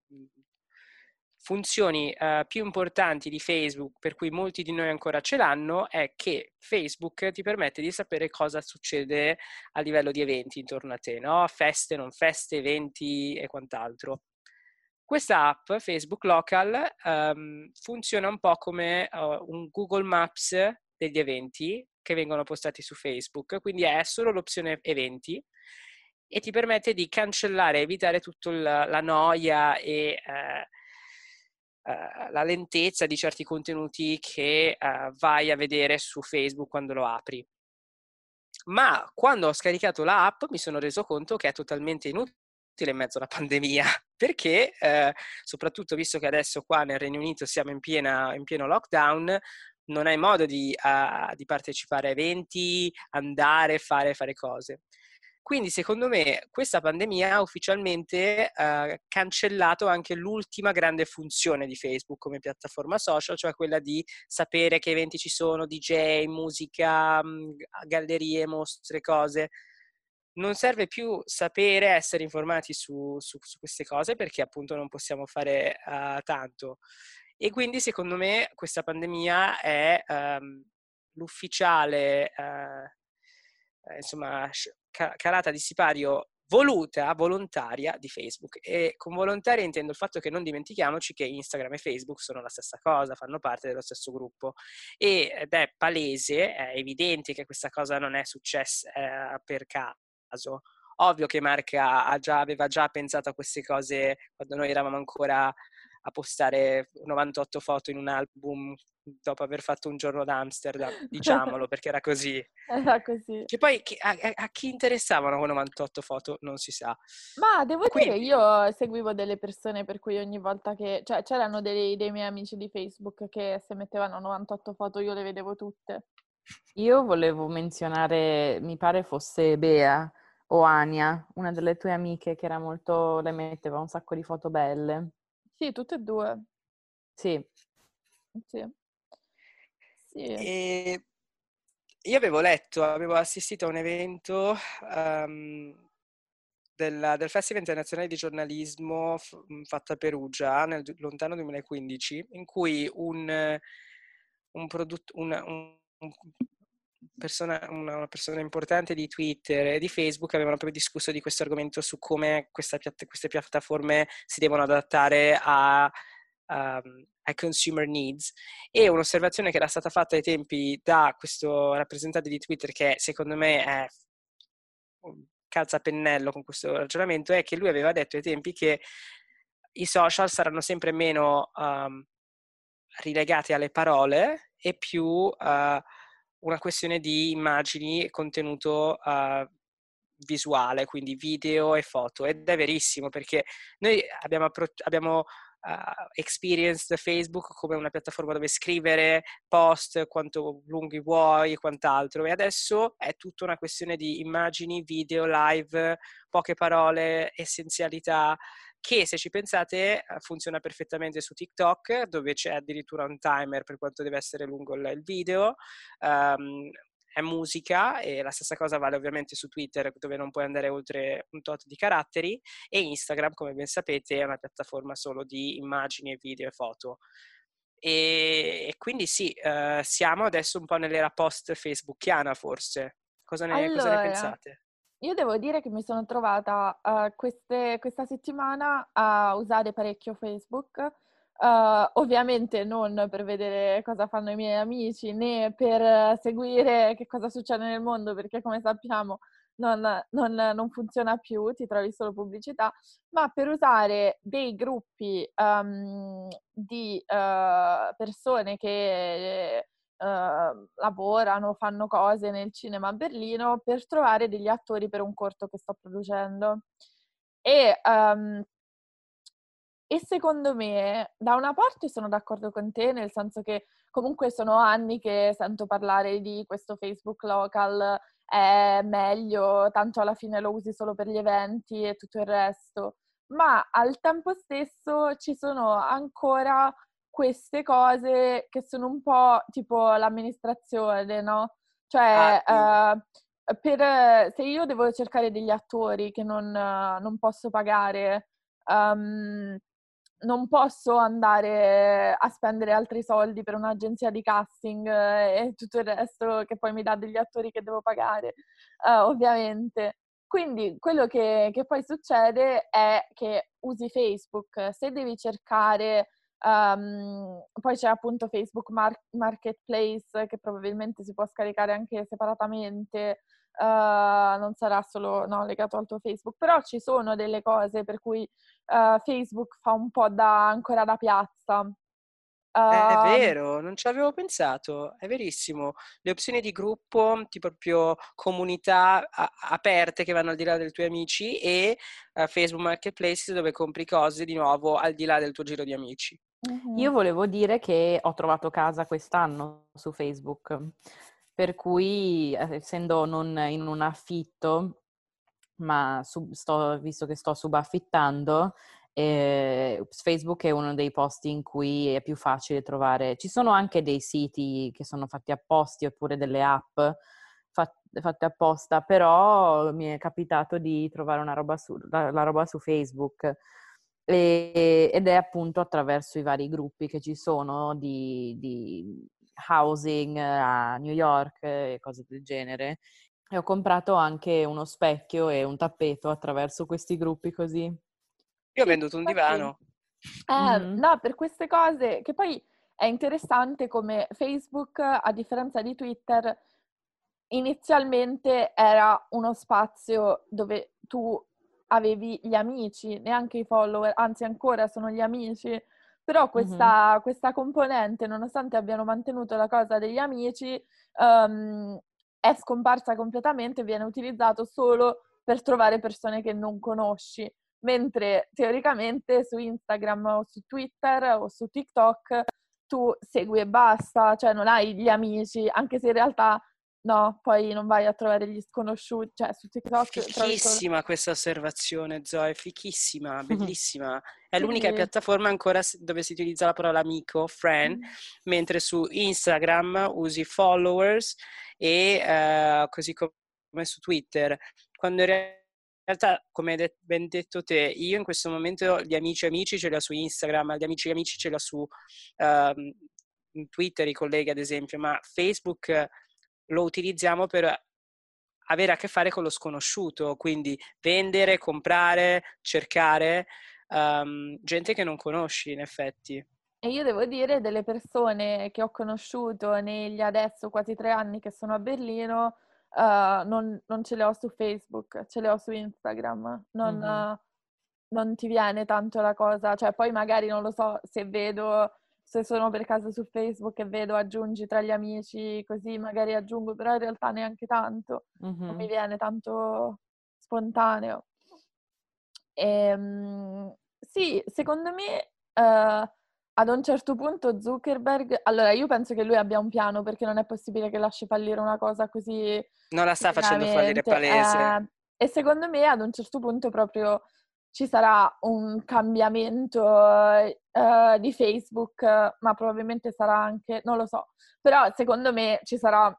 funzioni uh, più importanti di Facebook, per cui molti di noi ancora ce l'hanno, è che Facebook ti permette di sapere cosa succede a livello di eventi intorno a te, no? Feste, non feste, eventi e quant'altro. Questa app, Facebook Local, um, funziona un po' come uh, un Google Maps degli eventi che vengono postati su Facebook, quindi è solo l'opzione eventi e ti permette di cancellare, evitare tutta la, la noia e uh, uh, la lentezza di certi contenuti che uh, vai a vedere su Facebook quando lo apri. Ma quando ho scaricato l'app mi sono reso conto che è totalmente inutile in mezzo alla pandemia, perché eh, soprattutto visto che adesso qua nel Regno Unito siamo in, piena, in pieno lockdown, non hai modo di, uh, di partecipare a eventi, andare, fare, fare cose. Quindi secondo me questa pandemia ha ufficialmente uh, cancellato anche l'ultima grande funzione di Facebook come piattaforma social, cioè quella di sapere che eventi ci sono, D J, musica, gallerie, mostre, cose. Non serve più sapere, essere informati su, su, su queste cose, perché appunto non possiamo fare uh, tanto. E quindi secondo me questa pandemia è um, l'ufficiale uh, insomma calata di sipario voluta, volontaria di Facebook. E con volontaria intendo il fatto che non dimentichiamoci che Instagram e Facebook sono la stessa cosa, fanno parte dello stesso gruppo, e, ed è palese, è evidente che questa cosa non è successa eh, per caso. Ovvio che Mark ha, ha già, aveva già pensato a queste cose quando noi eravamo ancora a postare novantotto foto in un album dopo aver fatto un giorno ad Amsterdam, diciamolo, perché era così. Era così. Che poi che, a, a chi interessavano quelle novantotto foto non si sa. Ma devo Quindi, dire, io seguivo delle persone per cui ogni volta che... Cioè, c'erano dei, dei miei amici di Facebook che se mettevano novantotto foto io le vedevo tutte. Io volevo menzionare, mi pare fosse Bea o Ania, una delle tue amiche che era molto... le metteva un sacco di foto belle. Sì, tutte e due. Sì. Sì. Sì. e io avevo letto, avevo assistito a un evento um, del, del Festival Internazionale di Giornalismo f- fatto a Perugia nel du- lontano duemilaquindici, in cui un, un, prodott- un, un, un persona, una persona importante di Twitter e di Facebook avevano proprio discusso di questo argomento, su come questa piatta, queste piattaforme si devono adattare a, um, ai consumer needs, e un'osservazione che era stata fatta ai tempi da questo rappresentante di Twitter, che secondo me è calza a pennello con questo ragionamento, è che lui aveva detto ai tempi che i social saranno sempre meno um, rilegati alle parole e più uh, una questione di immagini e contenuto uh, visuale, quindi video e foto. Ed è verissimo, perché noi abbiamo, appro- abbiamo uh, experienced Facebook come una piattaforma dove scrivere post quanto lunghi vuoi e quant'altro, e adesso è tutta una questione di immagini, video, live, poche parole, essenzialità, che se ci pensate funziona perfettamente su TikTok, dove c'è addirittura un timer per quanto deve essere lungo il video, um, è musica, e la stessa cosa vale ovviamente su Twitter, dove non puoi andare oltre un tot di caratteri, e Instagram, come ben sapete, è una piattaforma solo di immagini e video e foto. E, e quindi sì, uh, siamo adesso un po' nell'era post facebookiana, forse. Cosa ne, cosa ne Allora, pensate? io devo dire che mi sono trovata uh, queste, questa settimana a usare parecchio Facebook, uh, ovviamente non per vedere cosa fanno i miei amici, né per seguire che cosa succede nel mondo, perché come sappiamo non, non, non funziona più, ti trovi solo pubblicità, ma per usare dei gruppi um, di uh, persone che... Uh, lavorano, fanno cose nel cinema a Berlino per trovare degli attori per un corto che sto producendo. E, um, e secondo me, da una parte sono d'accordo con te, nel senso che comunque sono anni che sento parlare di questo Facebook local, è meglio, tanto alla fine lo usi solo per gli eventi e tutto il resto. Ma al tempo stesso ci sono ancora queste cose che sono un po' tipo l'amministrazione, no? Cioè, Ah, uh, per, se io devo cercare degli attori che non, uh, non posso pagare, um, non posso andare a spendere altri soldi per un'agenzia di casting uh, e tutto il resto che poi mi dà degli attori che devo pagare, uh, ovviamente. Quindi quello che, che poi succede è che usi Facebook, se devi cercare... Um, poi c'è appunto Facebook Mar- Marketplace che probabilmente si può scaricare anche separatamente, uh, non sarà solo no, legato al tuo Facebook, però ci sono delle cose per cui uh, Facebook fa un po' da, ancora da piazza. è Uh, vero, non ci avevo pensato, è verissimo. Le opzioni di gruppo, tipo proprio comunità a- aperte che vanno al di là dei tuoi amici, e uh, Facebook Marketplace dove compri cose di nuovo al di là del tuo giro di amici. uh-huh. Io volevo dire che ho trovato casa quest'anno su Facebook, per cui essendo non in un affitto, ma sub, sto, visto che sto subaffittando, eh, Facebook è uno dei posti in cui è più facile trovare. Ci sono anche dei siti che sono fatti apposta oppure delle app fat, fatte apposta, però mi è capitato di trovare una roba su, la, la roba su Facebook. E, ed è appunto attraverso i vari gruppi che ci sono di, di housing a New York e cose del genere. E ho comprato anche uno specchio e un tappeto attraverso questi gruppi così. Io ho Sì, venduto un infatti, divano. eh, Mhm. no, per queste cose, che poi è interessante come Facebook, a differenza di Twitter, inizialmente era uno spazio dove tu avevi gli amici, neanche i follower, anzi ancora sono gli amici, però Mhm. questa, questa componente, nonostante abbiano mantenuto la cosa degli amici, ehm, è scomparsa completamente, viene utilizzato solo per trovare persone che non conosci, mentre teoricamente su Instagram o su Twitter o su TikTok tu segui e basta, cioè non hai gli amici, anche se in realtà no, poi non vai a trovare gli sconosciuti, cioè su TikTok trovi solo... Fichissima questa osservazione, Zoe, fichissima, bellissima. È l'unica Quindi... piattaforma ancora s- dove si utilizza la parola amico, friend, Mm. mentre su Instagram usi followers e eh, così come su Twitter. Quando in realtà, come hai det- ben detto te, io in questo momento gli amici amici ce li ho su Instagram, gli amici amici ce li ho su ehm, Twitter, i colleghi ad esempio, ma Facebook lo utilizziamo per avere a che fare con lo sconosciuto, quindi vendere, comprare, cercare um, gente che non conosci in effetti. E io devo dire, delle persone che ho conosciuto negli adesso quasi tre anni che sono a Berlino, uh, non, non ce le ho su Facebook, ce le ho su Instagram. Non, Mhm. uh, non ti viene tanto la cosa, cioè poi magari non lo so, se vedo, se sono per caso su Facebook e vedo aggiungi tra gli amici, così magari aggiungo, però in realtà neanche tanto, non mi Mhm. viene tanto spontaneo. Ehm, sì, secondo me eh, ad un certo punto Zuckerberg, allora io penso che lui abbia un piano perché non è possibile che lasci fallire una cosa così Non la sta facendo fallire ciecamente. palese. eh, e secondo me ad un certo punto proprio ci sarà un cambiamento eh, di Facebook, ma probabilmente sarà anche, non lo so, però secondo me ci sarà,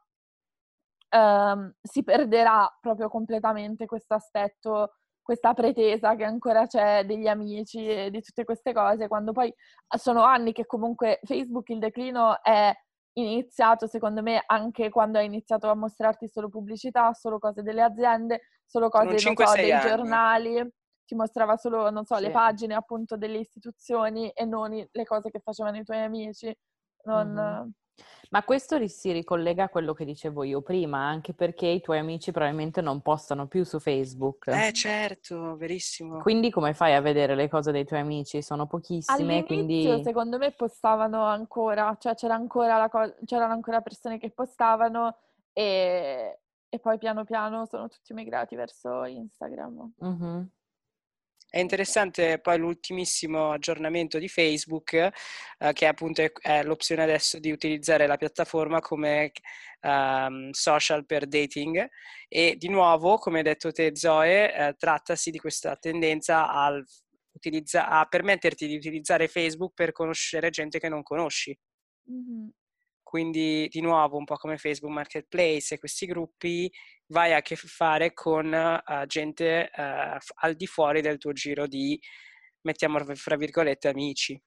ehm, si perderà proprio completamente questo aspetto, questa pretesa che ancora c'è degli amici e di tutte queste cose, quando poi sono anni che comunque Facebook il declino è iniziato, secondo me, anche quando ha iniziato a mostrarti solo pubblicità, solo cose delle aziende, solo Sono un cose, non so, cinque sei dei anni. giornali, ti mostrava solo, non so, le Sì. pagine appunto delle istituzioni e non i- le cose che facevano i tuoi amici. Non... Mhm. Ma questo ri- si ricollega a quello che dicevo io prima, anche perché i tuoi amici probabilmente non postano più su Facebook. Eh certo, verissimo. Quindi come fai a vedere le cose dei tuoi amici? Sono pochissime, All'inizio, quindi... secondo me, postavano ancora, cioè c'era ancora la co- c'erano ancora persone che postavano e... e poi piano piano sono tutti migrati verso Instagram. Mhm. È interessante poi l'ultimissimo aggiornamento di Facebook, eh, che appunto è, è l'opzione adesso di utilizzare la piattaforma come um, social per dating e di nuovo, come hai detto te Zoe, eh, trattasi di questa tendenza al utilizza- a permetterti di utilizzare Facebook per conoscere gente che non conosci. Mhm. Quindi di nuovo un po' come Facebook Marketplace e questi gruppi vai a che fare con uh, gente uh, f- al di fuori del tuo giro di, mettiamo fra virgolette, amici.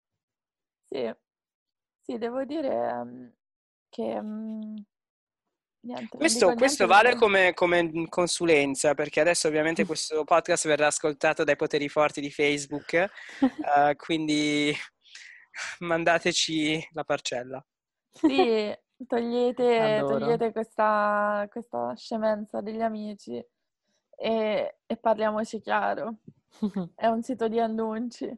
Sì, sì, devo dire ehm, che mm, niente, non dico Questo, niente questo vale perché come, come consulenza, perché adesso ovviamente questo podcast verrà ascoltato dai poteri forti di Facebook, uh, quindi mandateci la parcella. sì, togliete, Adoro. togliete questa, questa scemenza degli amici e, e parliamoci chiaro. È un sito di annunci.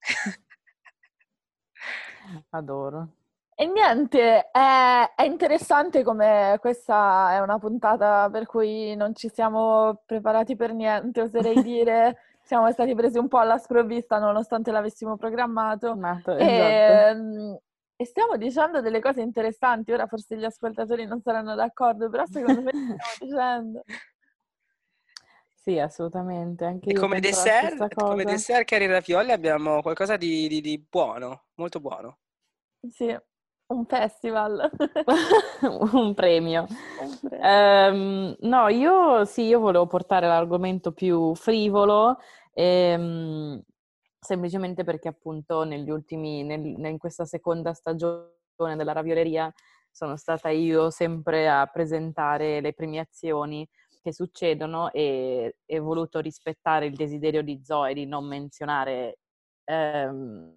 Adoro. E niente, è, è interessante come questa è una puntata per cui non ci siamo preparati per niente, oserei dire, siamo stati presi un po' alla sprovvista nonostante l'avessimo programmato Nato, esatto. e, e stiamo dicendo delle cose interessanti, ora forse gli ascoltatori non saranno d'accordo, però secondo me stiamo dicendo. Sì, assolutamente. Anche E io come penso la stessa dessert, come cosa. dessert cari ravioli abbiamo qualcosa di, di- di buono, molto buono. Sì, un festival. Un premio. Un premio. Ehm, no, io sì, io volevo portare l'argomento più frivolo, ehm, semplicemente perché appunto negli ultimi, nel- in questa seconda stagione della ravioleria sono stata io sempre a presentare le premiazioni che succedono e ho voluto rispettare il desiderio di Zoe di non menzionare ehm,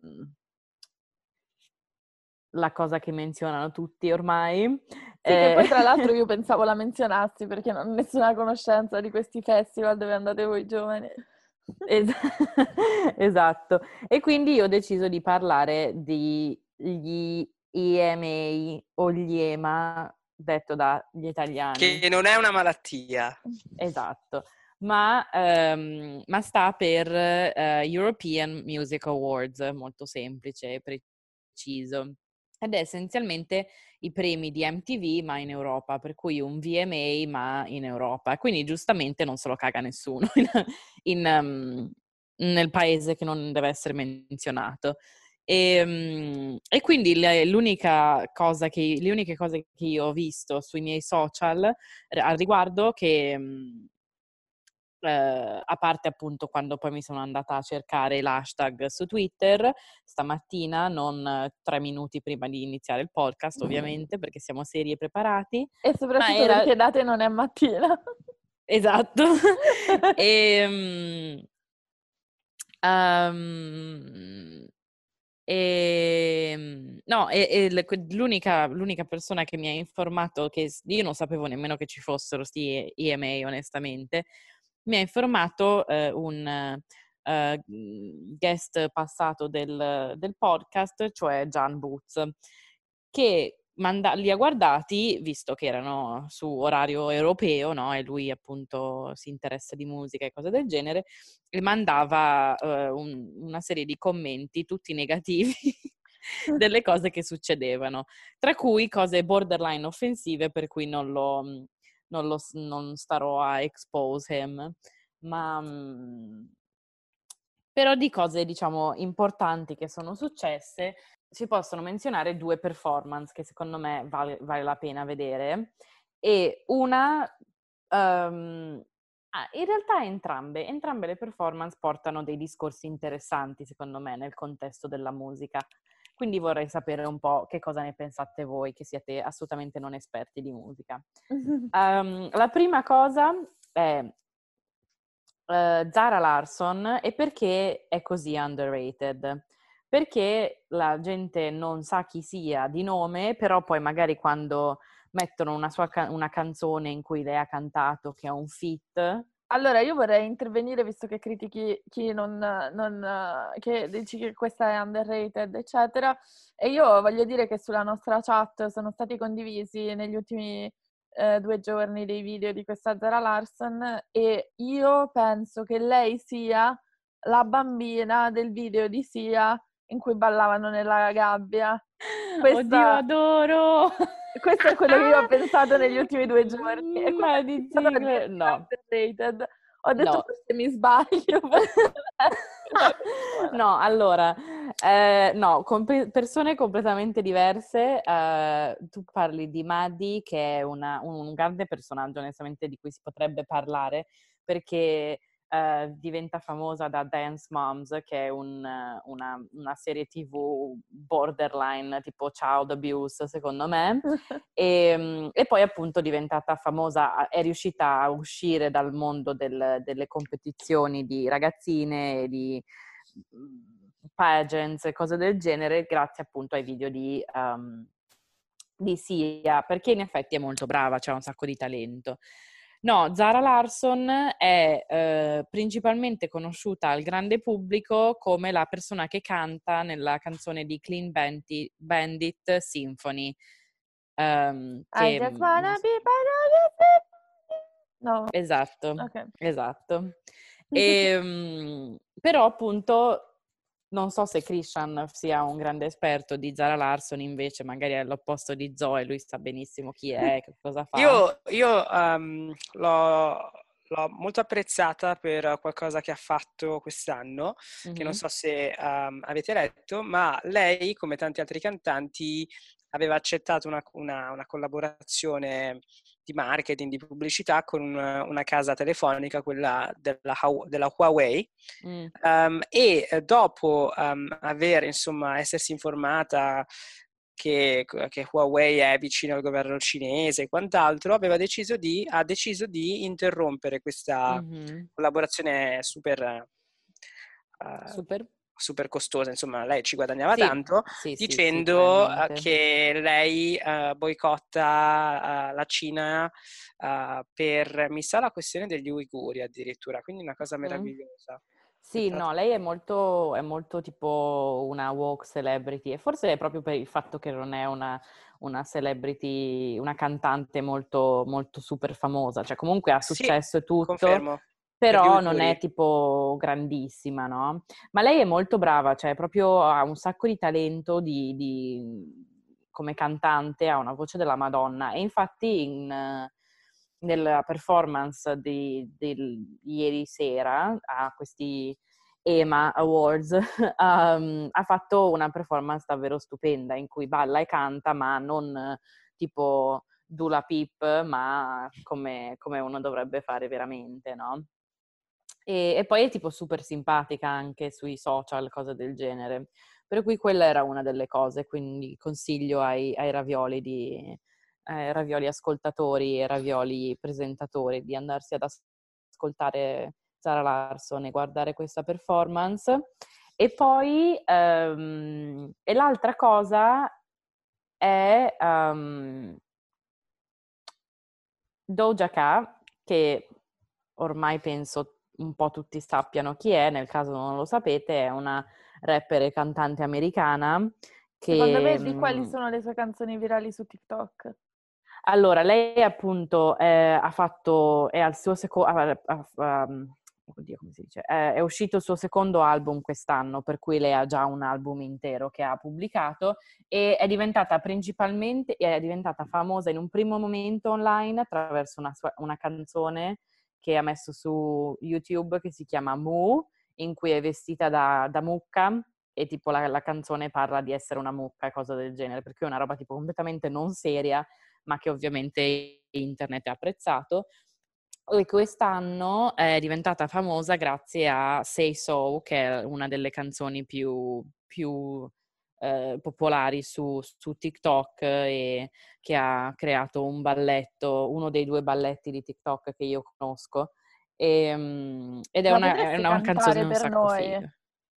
la cosa che menzionano tutti ormai. Sì, che Eh, poi tra l'altro io pensavo la menzionassi perché non ho nessuna conoscenza di questi festival dove andate voi giovani. Es- esatto. E quindi io ho deciso di parlare di gli E M A o gli E M A, detto dagli italiani. Che non è una malattia. Esatto. Ma, ehm, ma sta per eh, European Music Awards, molto semplice e preciso. Ed è essenzialmente i premi di M T V ma in Europa, per cui un V M A ma in Europa. Quindi giustamente non se lo caga nessuno in, in, um, nel paese che non deve essere menzionato. E, um, e quindi le, l'unica cosa che, le uniche cose che io ho visto sui miei social al riguardo che... Um, Uh, a parte appunto quando poi mi sono andata a cercare l'hashtag su Twitter stamattina, non uh, tre minuti prima di iniziare il podcast ovviamente perché siamo seri e preparati. E soprattutto ma era... perché da te non è mattina. Esatto. e, um, e, no, e, e l'unica, l'unica persona che mi ha informato, che io non sapevo nemmeno che ci fossero sti E M A onestamente, mi ha informato eh, un uh, guest passato del, del podcast, cioè Jan Booth, che manda- li ha guardati, visto che erano su orario europeo, no? E lui appunto si interessa di musica e cose del genere, e mandava uh, un, una serie di commenti, tutti negativi, delle cose che succedevano, tra cui cose borderline offensive, per cui non lo... Non, lo, non starò a expose him, ma mh, però di cose, diciamo, importanti che sono successe si possono menzionare due performance che secondo me vale, vale la pena vedere, e una, um, ah, in realtà entrambe, entrambe le performance portano dei discorsi interessanti secondo me nel contesto della musica. Quindi vorrei sapere un po' che cosa ne pensate voi, che siete assolutamente non esperti di musica. Um, la prima cosa è uh, Zara Larsson e perché è così underrated. Perché la gente non sa chi sia di nome, però poi magari quando mettono una sua ca- una canzone in cui lei ha cantato, che è un feat. Allora, io vorrei intervenire visto che critichi chi non, non, che dici che questa è underrated, eccetera. E io voglio dire che sulla nostra chat sono stati condivisi negli ultimi eh, due giorni dei video di questa Zara Larsson e io penso che lei sia la bambina del video di Sia in cui ballavano nella gabbia. Questa... Oddio, adoro! Questo è quello che io ho pensato negli ultimi due giorni. E Ma di Ziegler, no. Underrated. Ho detto No. forse mi sbaglio. No, allora, eh, no, con pe- persone completamente diverse. Eh, tu parli di Maddie, che è una, un, un grande personaggio, onestamente, di cui si potrebbe parlare, perché eh, diventa famosa da Dance Moms, che è un, una, una serie tivù borderline, tipo child abuse, secondo me. E, e poi appunto diventata famosa, è riuscita a uscire dal mondo del, delle competizioni di ragazzine e di pageants e cose del genere grazie appunto ai video di, um, di Sia, perché in effetti è molto brava, c'ha un sacco di talento. No, Zara Larsson è eh, principalmente conosciuta al grande pubblico come la persona che canta nella canzone di Clean Bandit, Bandit Symphony. Um, I che, just wanna so. be no. Esatto, Okay. esatto. E, um, però appunto non so se Christian sia un grande esperto di Zara Larsson, invece magari è all'opposto di Zoe, lui sa benissimo chi è, che cosa fa. Io, io um, l'ho, l'ho molto apprezzata per qualcosa che ha fatto quest'anno, mm-hmm. che non so se um, avete letto, ma lei, come tanti altri cantanti, aveva accettato una, una, una collaborazione di marketing, di pubblicità con una, una casa telefonica, quella della, della Huawei, mm. um, e dopo um, aver, insomma, essersi informata che, che Huawei è vicino al governo cinese e quant'altro, aveva deciso di, ha deciso di interrompere questa Mm-hmm. collaborazione super, uh, super super costosa, insomma lei ci guadagnava sì, tanto, sì, dicendo sì, sì, che lei uh, boicotta uh, la Cina uh, per, mi sa, la questione degli uiguri addirittura, quindi una cosa meravigliosa. Mm. Sì, no, lei è molto, è molto tipo una woke celebrity e forse è proprio per il fatto che non è una, una celebrity, una cantante molto, molto super famosa, cioè comunque ha successo e sì, tutto, confermo. però non è tipo grandissima, no? Ma lei è molto brava, cioè proprio ha un sacco di talento di, di, come cantante, ha una voce della Madonna e infatti in... nella performance di, di ieri sera a questi E M A Awards um, ha fatto una performance davvero stupenda in cui balla e canta, ma non tipo Dula Pip, ma come, come uno dovrebbe fare veramente, no? E, e poi è tipo super simpatica anche sui social, cose del genere. Per cui quella era una delle cose, quindi consiglio ai, ai ravioli di eh, ravioli ascoltatori e ravioli presentatori di andarsi ad as- ascoltare Zara Larsson e guardare questa performance. E poi um, e l'altra cosa è um, Doja Cat, che ormai penso un po' tutti sappiano chi è, nel caso non lo sapete, è una rapper e cantante americana che... Secondo me di quali sono le sue canzoni virali su TikTok? Allora, lei appunto eh, ha fatto, è al suo secondo, um, oddio come si dice, eh, è uscito il suo secondo album quest'anno, per cui lei ha già un album intero che ha pubblicato e è diventata principalmente, è diventata famosa in un primo momento online attraverso una, sua, una canzone che ha messo su YouTube che si chiama Moo, in cui è vestita da, da mucca e tipo la, la canzone parla di essere una mucca e cose del genere, per cui è una roba tipo completamente non seria, ma che ovviamente internet ha apprezzato. E quest'anno è diventata famosa grazie a Say So, che è una delle canzoni più, più eh, popolari su, su TikTok e che ha creato un balletto, uno dei due balletti di TikTok che io conosco. E, um, ed è La una, è potresti una canzone cantare un per sacco noi? figa.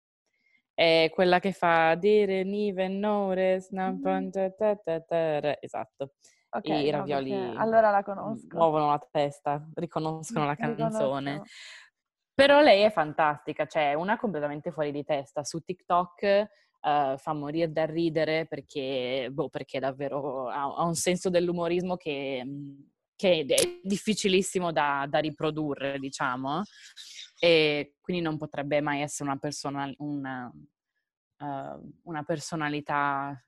È quella che fa Didn't even notice, Mm. esatto. Ok, I no, perché ravioli allora la conosco. muovono la testa, riconoscono la canzone. Riconoscono. Però lei è fantastica, cioè una completamente fuori di testa. Su TikTok eh, fa morire da ridere perché, boh, perché davvero ha, ha un senso dell'umorismo che, che è difficilissimo da, da riprodurre, diciamo. E quindi non potrebbe mai essere una, persona, una, uh, una personalità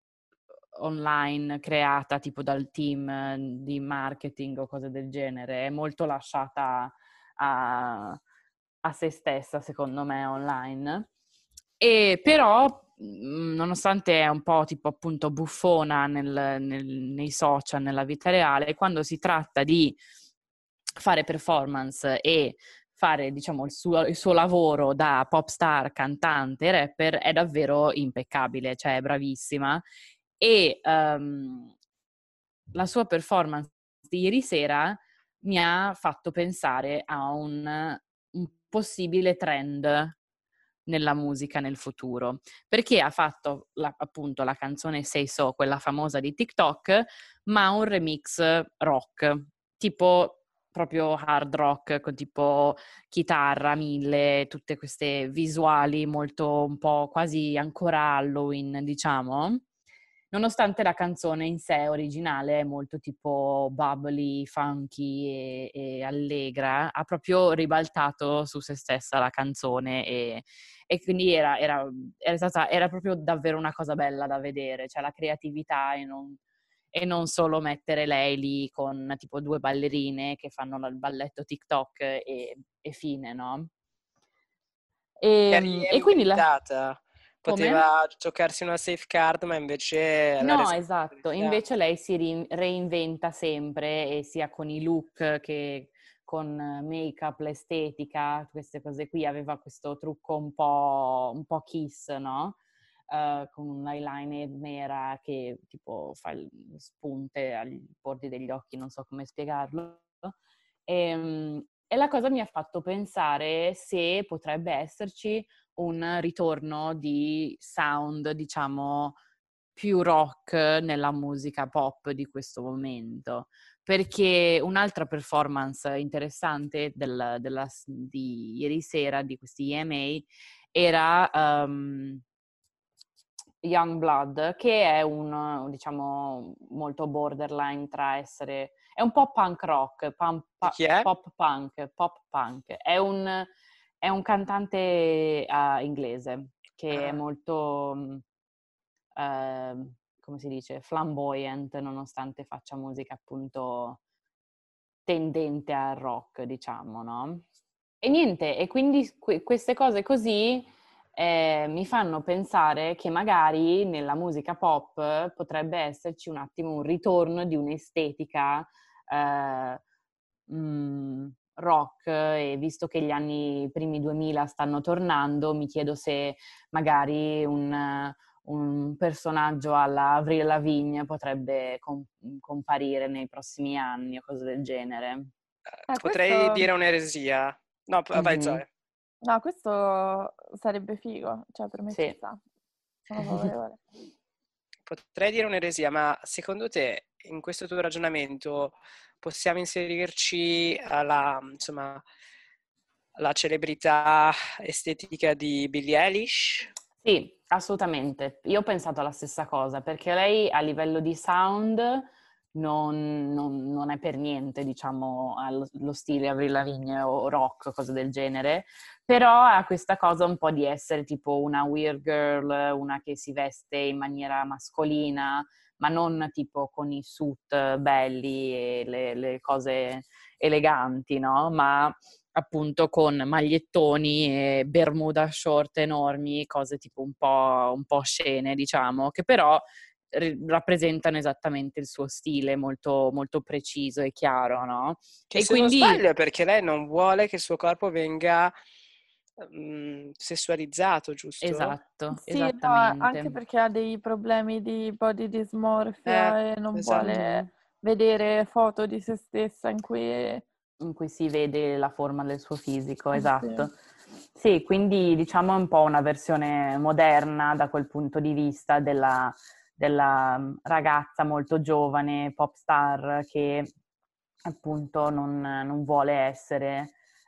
online creata tipo dal team di marketing o cose del genere, è molto lasciata a, a se stessa, secondo me, online. E però, nonostante è un po' tipo appunto buffona nel, nel, nei social, nella vita reale, quando si tratta di fare performance e fare, diciamo, il suo, il suo lavoro da pop star, cantante, rapper, è davvero impeccabile, cioè è bravissima. E um, la sua performance di ieri sera mi ha fatto pensare a un, un possibile trend nella musica nel futuro, perché ha fatto la, appunto la canzone Say So, quella famosa di TikTok, ma un remix rock, tipo proprio hard rock, con tipo chitarra, mille, tutte queste visuali molto un po' quasi ancora Halloween, diciamo. Nonostante la canzone in sé originale è molto tipo bubbly, funky e, e allegra, ha proprio ribaltato su se stessa la canzone e, e quindi era, era, era, stata, era proprio davvero una cosa bella da vedere, cioè la creatività e non, e non solo mettere lei lì con tipo due ballerine che fanno il balletto TikTok e, e fine, no? Si è E, e quindi la... reinventata. Come? Poteva giocarsi una safe card, ma invece l'ha No, resa esatto, invece lei si ri- reinventa sempre e sia con i look che con make-up, l'estetica, queste cose qui, aveva questo trucco un po', un po' Kiss, no? uh, con un eyeliner nera che tipo fa il, spunte agli bordi degli occhi, non so come spiegarlo. E, e la cosa mi ha fatto pensare se potrebbe esserci un ritorno di sound, diciamo, più rock nella musica pop di questo momento. Perché un'altra performance interessante del, della, di ieri sera, di questi E M A, era um, Youngblood, che è un, diciamo, molto borderline tra essere... È un po' punk rock, punk, pa, Chi è? pop punk, pop punk. È un, è un cantante uh, inglese che Ah. è molto... Uh, come si dice, flamboyant, nonostante faccia musica appunto tendente al rock, diciamo, no? E niente, e quindi que- queste cose così eh, mi fanno pensare che magari nella musica pop potrebbe esserci un attimo un ritorno di un'estetica eh, mh, rock, e visto che gli anni i primi duemila stanno tornando, mi chiedo se magari un un personaggio alla Avril Lavigne potrebbe com- comparire nei prossimi anni o cose del genere. Eh, Potrei questo... dire un'eresia. No, vai Mhm. Zoe. No, questo sarebbe figo, cioè per me ci Sì. sta. Sono favorevole. Potrei dire un'eresia, ma secondo te in questo tuo ragionamento possiamo inserirci alla, insomma, la celebrità estetica di Billie Eilish? Sì, assolutamente. Io ho pensato alla stessa cosa, perché lei a livello di sound non, non- non è per niente, diciamo, allo lo stile Avril Lavigne o rock, cose del genere, però ha questa cosa un po' di essere tipo una weird girl, una che si veste in maniera mascolina, ma non tipo con i suit belli e le, le cose eleganti, no? Ma appunto con magliettoni e bermuda short enormi, cose tipo un po', un po' scene, diciamo, che però r- rappresentano esattamente il suo stile molto, molto preciso e chiaro, no? Che E se non quindi sbaglio è perché lei non vuole che il suo corpo venga mm, sessualizzato, giusto? esatto, Sì, no, anche esattamente. perché ha dei problemi di body Eh, dysmorphia e non esatto. vuole Mhm. vedere foto di se stessa in cui... In cui si vede la forma del suo fisico, Eh, esatto. Sì, quindi diciamo è un po' una versione moderna da quel punto di vista della, della ragazza molto giovane, pop star, che appunto non, non vuole essere,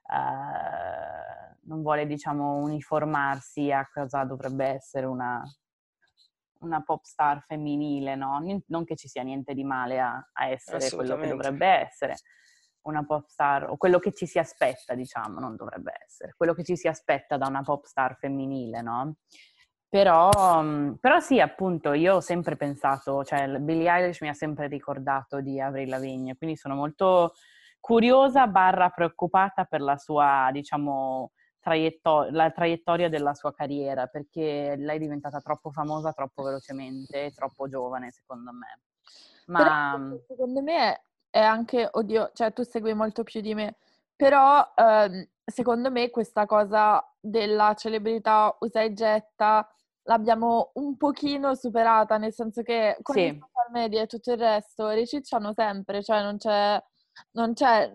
eh, non vuole diciamo uniformarsi a cosa dovrebbe essere una, una pop star femminile, no? Non che ci sia niente di male a, a essere quello che Assolutamente. dovrebbe essere una pop star, o quello che ci si aspetta, diciamo, non dovrebbe essere, quello che ci si aspetta da una pop star femminile, no? Però, però sì, appunto, io ho sempre pensato, cioè Billie Eilish mi ha sempre ricordato di Avril Lavigne, quindi sono molto curiosa barra preoccupata per la sua, diciamo, traietto- la traiettoria della sua carriera, perché lei è diventata troppo famosa troppo velocemente, troppo giovane, secondo me. Però Ma secondo me è, è anche, oddio, cioè tu segui molto più di me, però ehm, secondo me questa cosa della celebrità usa e getta l'abbiamo un pochino superata, nel senso che con i sì, social media e tutto il resto ricicciano sempre, cioè non c'è, non c'è,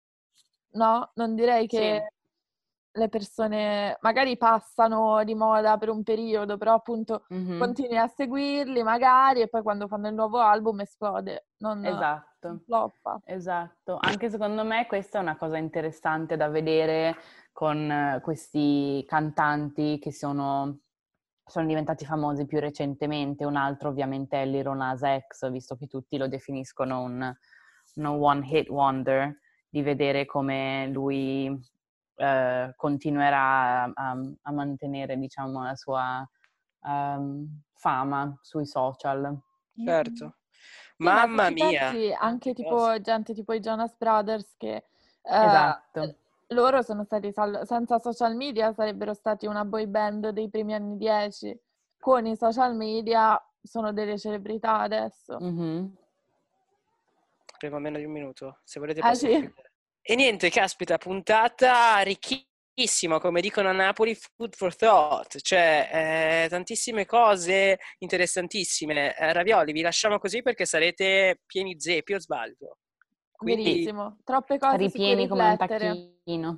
no? Non direi sì. che le persone magari passano di moda per un periodo, però appunto Mhm. continui a seguirli magari e poi quando fanno il nuovo album esplode, non, non Esatto, floppa. esatto. Anche secondo me questa è una cosa interessante da vedere con eh, questi cantanti che sono, sono diventati famosi più recentemente. Un altro ovviamente è Lil Nas X, visto che tutti lo definiscono un, un one hit wonder, di vedere come lui eh, continuerà a, a- a mantenere, diciamo, la sua ehm, fama sui social. Mhm. Certo. Sì, ma se Mamma ci mia, pensi che anche cosa. tipo gente tipo i Jonas Brothers che eh, Esatto. loro sono stati sal- senza social media sarebbero stati una boy band dei primi anni dieci. Con i social media sono delle celebrità adesso. Mhm. Abbiamo meno di un minuto. Se volete Ah posso sì? chiudere. E niente, caspita, puntata arricchita. Come dicono a Napoli, food for thought, cioè eh, tantissime cose interessantissime. Eh, Ravioli, vi lasciamo così perché sarete pieni zeppi, o sbaglio? Quindi, verissimo, troppe cose ripieni come un tacchino.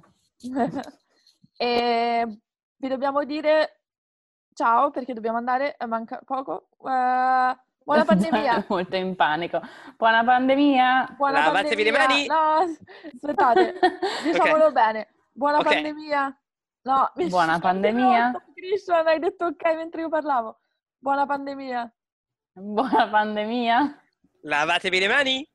E vi dobbiamo dire ciao perché dobbiamo andare, manca poco. Uh, buona pandemia! Molto in panico. Buona pandemia! Buona Lavatevi pandemia! le mani! No, aspettate, diciamolo okay. bene. Buona okay. pandemia! No, mi buona pandemia! Christian, hai detto ok mentre io parlavo. Buona pandemia! Buona pandemia! Lavatevi le mani!